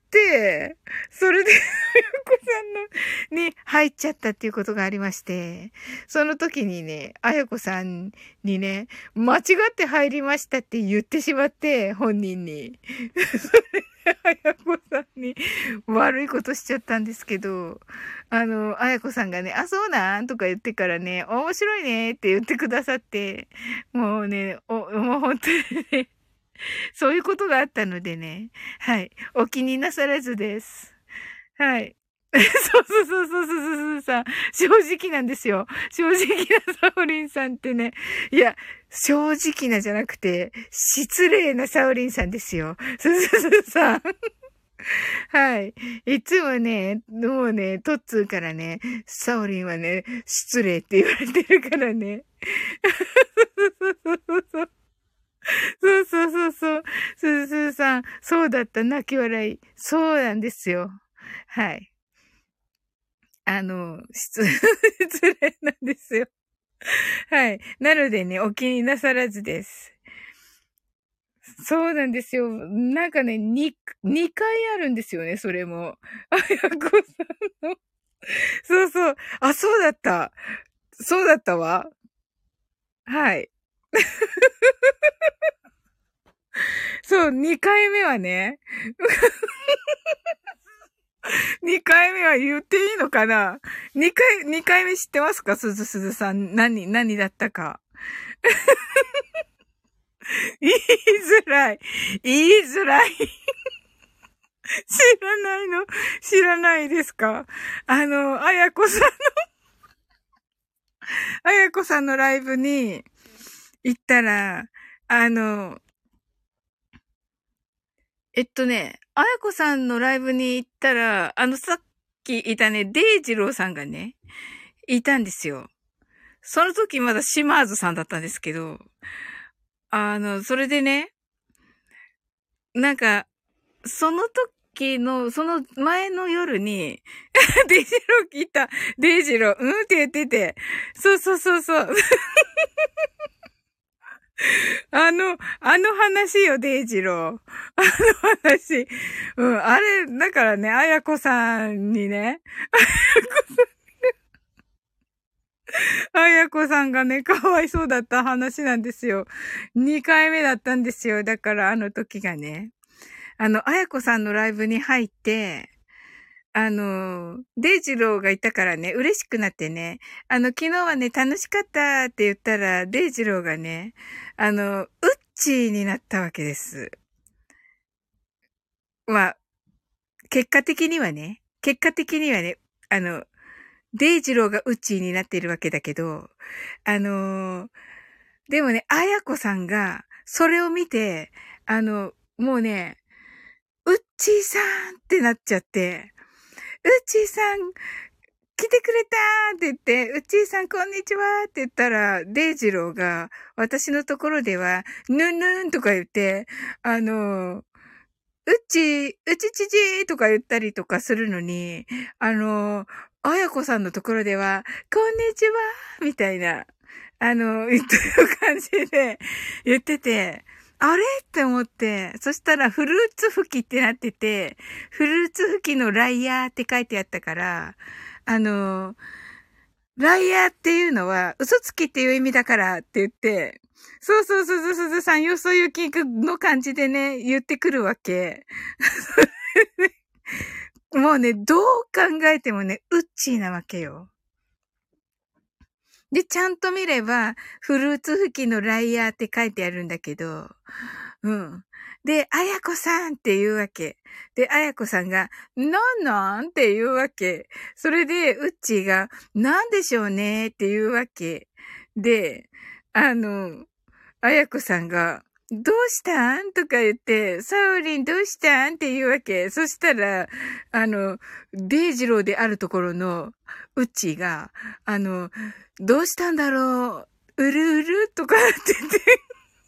それで、あやこさんのに入っちゃったっていうことがありまして、その時にね、あやこさんにね、間違って入りましたって言ってしまって、本人に。それで、あやこさんに悪いことしちゃったんですけど、あやこさんがね、あ、そうなんとか言ってからね、面白いねって言ってくださって、もうね、もう本当にね、そういうことがあったのでね。はい。お気になさらずです。はい。そうそうそうそうそうそうさ、正直なんですよ。正直なサオリンさんってね。いや、正直なじゃなくて、失礼なサオリンさんですよ。すすすさん。はい。いつもね、もうね、トッツーからね、サオリンはね、失礼って言われてるからね。そうそうそうそう。そうそうそうそう。すずすずさん、そうだった、泣き笑い。そうなんですよ。はい。失礼なんですよ。はい。なのでね、お気になさらずです。そうなんですよ。なんかね、2回あるんですよね、それも。あやこさんの。そうそう。あ、そうだった。そうだったわ。はい。そう、2回目はね、2回目は言っていいのかな？ 2 回目知ってますか？すずすずさん。何だったか。言いづらい。言いづらい。知らないの？知らないですか？あやこさん、あやこさんのライブに行ったら、あの、あやこさんのライブに行ったら、さっきいたね、デイジローさんがね、いたんですよ。その時まだシマーズさんだったんですけど、それでね、なんか、その時の、その前の夜に、デイジロー聞いた。デイジロー、うんって言ってて。そうそうそうそう。あの話よ、デイジロー。あの話。うん、あれ、だからね、あやこさんにね、あやこさんがね、かわいそうだった話なんですよ。2回目だったんですよ。だからあの時がね。あやこさんのライブに入って、デイジローがいたからね、嬉しくなってね、昨日はね、楽しかったって言ったら、デイジローがね、ウッチーになったわけです。まあ、結果的にはね、あの、デイジローがウッチーになっているわけだけど、あのーでもね、あやこさんが、それを見て、もうね、ウッチーさんってなっちゃって、ウッチーさん、来てくれたーって言って、ウッチーさんこんにちはって言ったら、デイジローが、私のところでは、ぬんぬんとか言って、うちちちとか言ったりとかするのに、あやこさんのところでは、こんにちはみたいな、言ってる感じで言ってて、あれって思って、そしたらフルーツ吹きってなってて、フルーツ吹きのライヤーって書いてあったから、あの、ライヤーっていうのは嘘つきっていう意味だからって言って、そうそうそうそう、すずさん、よそ行きの感じでね、言ってくるわけ。もうね、どう考えてもね、ウッチーなわけよ。で、ちゃんと見れば、フルーツ吹きのライヤーって書いてあるんだけど、うん。で、あやこさんって言うわけ。で、あやこさんが、なんって言うわけ。それで、うっちーが、なんでしょうねって言うわけ。で、あやこさんが、どうしたんとか言って、サオリンどうしたんって言うわけ。そしたら、デイジローであるところの、うっちーが、どうしたんだろううるうるとかって言って、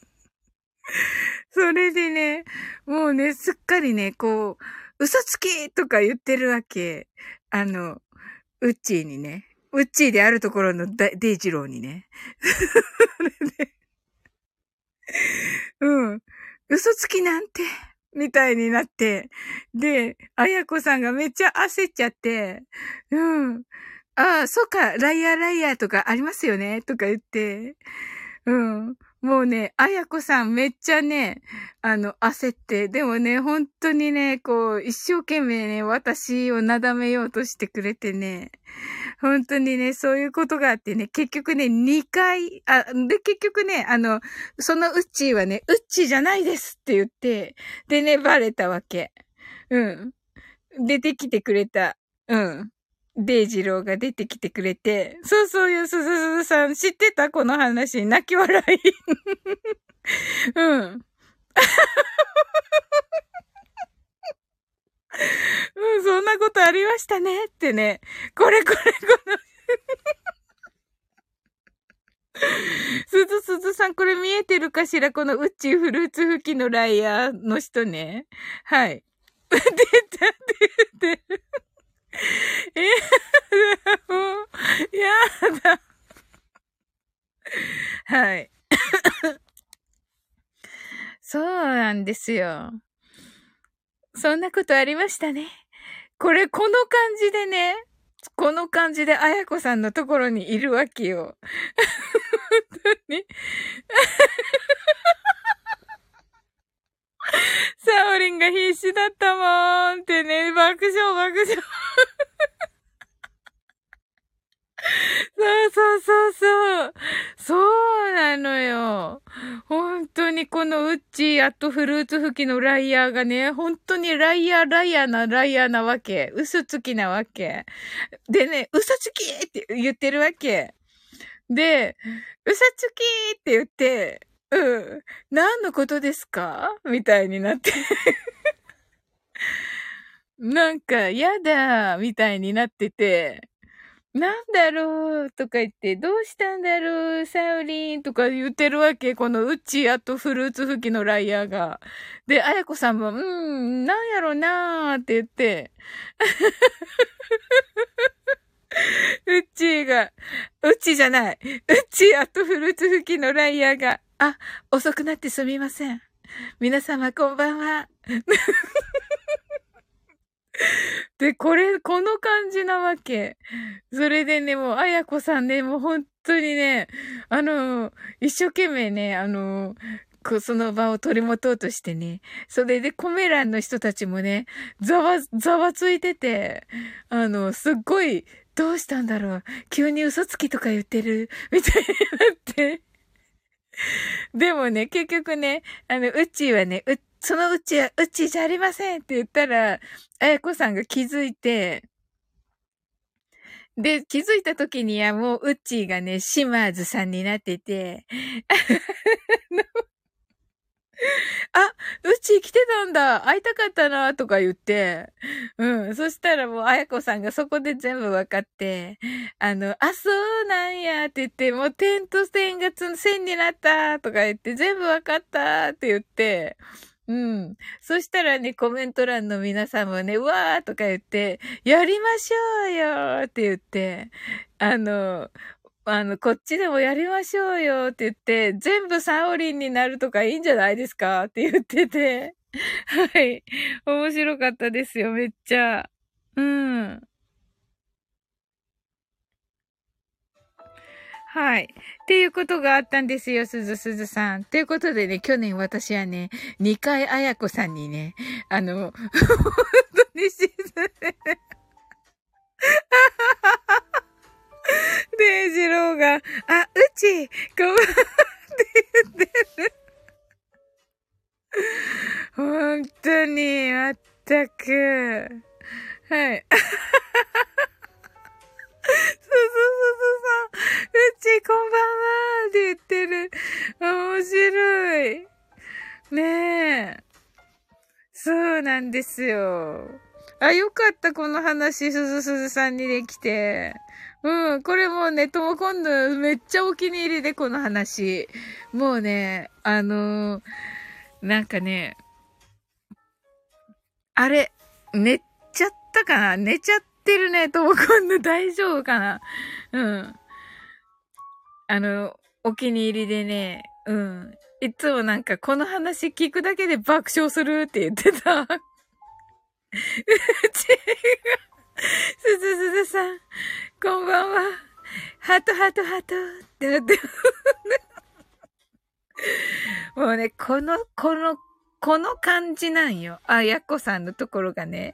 それでね、もうね、すっかりね、こう、嘘つきとか言ってるわけ。ウッチーにね。ウッチーであるところのデイジローにね。それでうん。嘘つきなんて、みたいになって。で、あやこさんがめっちゃ焦っちゃって、うん。ああ、そうか、ライアーライアーとかありますよね、とか言って。うん。もうね、あやこさんめっちゃね、焦って、でもね、本当にね、こう、一生懸命ね、私をなだめようとしてくれてね、本当にね、そういうことがあってね、結局ね、2回、で、結局ね、そのうっちーはね、うっちーじゃないですって言って、でね、バレたわけ。うん。出てきてくれた。うん。デイジローが出てきてくれて、そうそうよ、すずすずさん、知ってたこの話、泣き笑い。うん。うん、そんなことありましたねってね。この、すずすずさん、これ見えてるかしらこのウッチーフルーツ吹きのライヤーの人ね。はい。出た、出てる。えもう、やだ。はい。そうなんですよ。そんなことありましたね。この感じでね、この感じであやこさんのところにいるわけよ。本当に。サオリンが必死だったもんってね、爆笑爆笑。そうそうそうそう。そうなのよ。本当にこのウッチーフルーツ吹きのライヤーがね、本当にライヤーなわけ。嘘つきなわけ。でね、嘘つきって言ってるわけ。で、嘘つきって言って、うん。何のことですかみたいになって。なんか、やだみたいになってて。なんだろうとか言って、どうしたんだろうサウリンとか言ってるわけ。このうちフルーツ吹きのライヤーが。で、あやこさんも、なんやろなーって言って、うちじゃない。うちフルーツ吹きのライヤーが、遅くなってすみません。皆様こんばんは。で、この感じなわけ。それでね、もう、あやこさんね、もう本当にね、一生懸命ね、その場を取り持とうとしてね。それでコメ欄の人たちもね、ざわついてて、すっごい、どうしたんだろう。急に嘘つきとか言ってる、みたいになって。でもね、結局ね、うっちーはね、そのうちは、うっちーじゃありませんって言ったら、あやこさんが気づいて、で、気づいた時にはもう、うっちーがね、シマーズさんになってて、あ、うっちー来てたんだ会いたかったなとか言って、うん。そしたらもう、あやこさんがそこで全部わかって、そうなんやって言って、もう点と線が線になったとか言って、全部わかったって言って、うん。そしたらね、コメント欄の皆さんもね、うわーとか言って、やりましょうよって言って、あの、こっちでもやりましょうよって言って、全部サオリンになるとかいいんじゃないですかって言ってて、はい。面白かったですよ、めっちゃ。うん。はい。っていうことがあったんですよ、すずさん。ということでね、去年私はね、2回あやこさんにね、本当にデイジローが、うち、こうって言ってる。本当に、まったく。はい。うち、こんばんはって言ってる。面白い。ねえ。そうなんですよ。よかった、この話、すずさんにできて。うん、これもうね、とも今度めっちゃお気に入りで、この話。もうね、なんかね、あれ、寝ちゃったかな寝ちゃってるね、とも今度大丈夫かなうん。お気に入りでね、うん。 いつもなんかこの話聞くだけで爆笑するって言ってた。うちが、すずすずさん、こんばんは。ハートハートハートってなって。もうね、この感じなんよ。あ、やっこさんのところがね。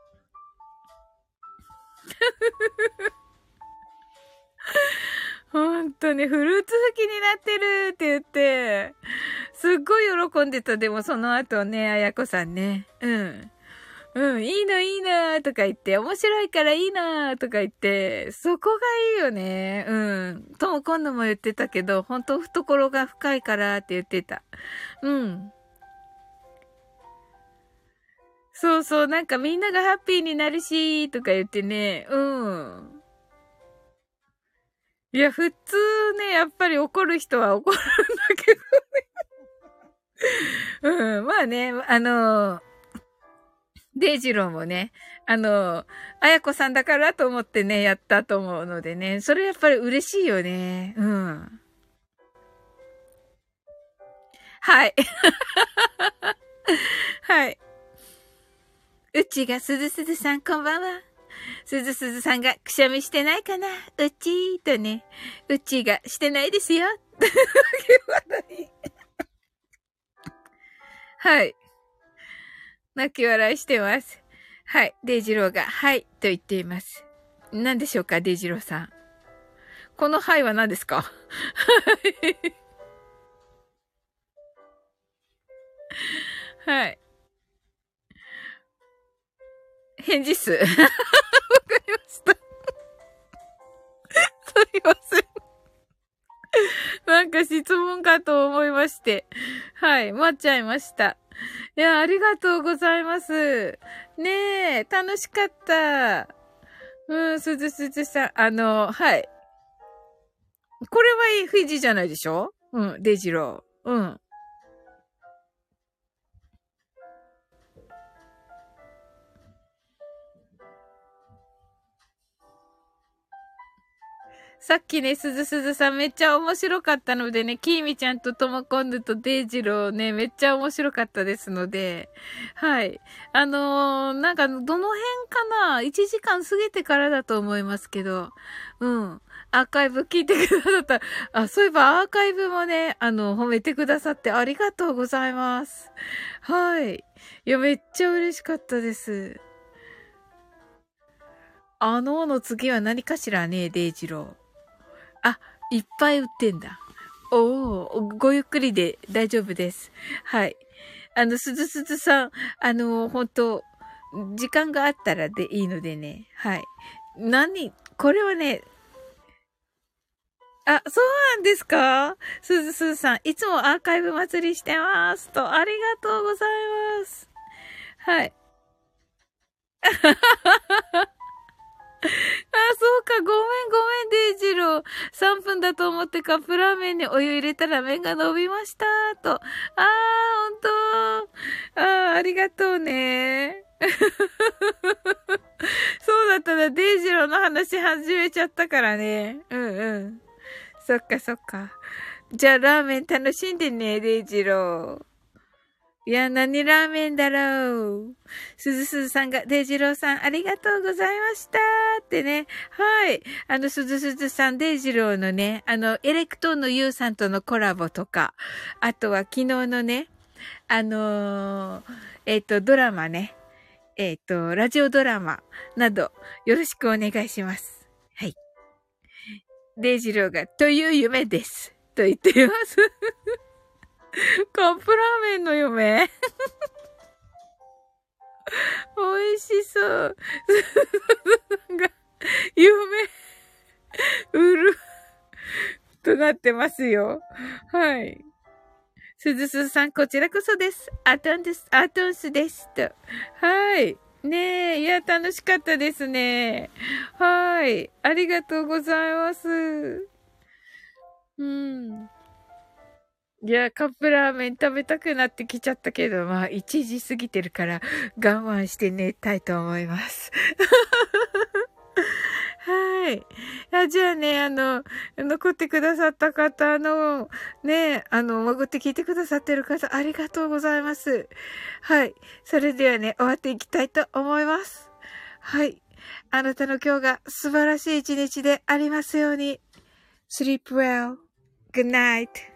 ほんとね、フルーツ吹きになってるって言って、すっごい喜んでた。でもその後ね、あやこさんね。うん。うん、いいのいいなとか言って、面白いからいいなとか言って、そこがいいよね。うん。とも今度も言ってたけど、本当懐が深いからって言ってた。うん。そうそう、なんかみんながハッピーになるし、とか言ってね。うん。いや、普通ね、やっぱり怒る人は怒るんだけど。うん、まあね、デイジローもね、あやこさんだからと思ってね、やったと思うのでね、それやっぱり嬉しいよね。うん。はい。はい。うちがすずすずさんこんばんは。すずすずさんがくしゃみしてないかなうちーとね。うちがしてないですよ。はい。泣き笑いしてます。はい。デイジローが、はい、と言っています。何でしょうか、デイジローさん。このはいは何ですか？はい。はい。返事数。わかりました。すいません。なんか質問かと思いまして。はい。待っちゃいました。いや、ありがとうございます。ねえ、楽しかった。うん、すずすずさん。はい。これはいいフィジじゃないでしょ？うん、デジロー。うん。さっきね、すずすずさんめっちゃ面白かったのでね、きーみちゃんとともこんぬとデイジローね、めっちゃ面白かったですので、はい。なんか、どの辺かな？ 1 時間過ぎてからだと思いますけど、うん。アーカイブ聞いてくださった。あ、そういえばアーカイブもね、褒めてくださってありがとうございます。はい。いや、めっちゃ嬉しかったです。の次は何かしらね、デイジロー。あ、いっぱい売ってんだ。おー、ごゆっくりで大丈夫です。はい。すずすずさん、本当時間があったらでいいのでね。はい。これはね、あ、そうなんですか？すずすずさん、いつもアーカイブ祭りしてますと、ありがとうございます。はい。あ、そうか。ごめん、デイジロー。3分だと思ってカップラーメンにお湯入れたら麺が伸びました。と。本当。ありがとうね。そうだったな。デイジローの話始めちゃったからね。うんうん。そっかそっか。じゃあラーメン楽しんでね、デイジロー。いや、何ラーメンだろう。すずすずさんが、デイジローさん、ありがとうございましたってね。はい。すずすずさん、デイジローのね、エレクトーンのユウさんとのコラボとか、あとは昨日のね、ドラマね、ラジオドラマなど、よろしくお願いします。はい。デイジローが、という夢です。と言っています。カップラーメンの嫁美味しそう。が、夢、売る、となってますよ。はい。すずすずさん、こちらこそです。アトンスです。と。はい。ねえ、いや、楽しかったですね。はい。ありがとうございます。うん。いや、カップラーメン食べたくなってきちゃったけど、まあ、1時過ぎてるから我慢して寝たいと思います。 はい。じゃあね、残ってくださった方ね、潜って聞いてくださってる方、ありがとうございます。はい。それではね、終わっていきたいと思います。はい。あなたの今日が素晴らしい一日でありますように。Sleep well. Good night.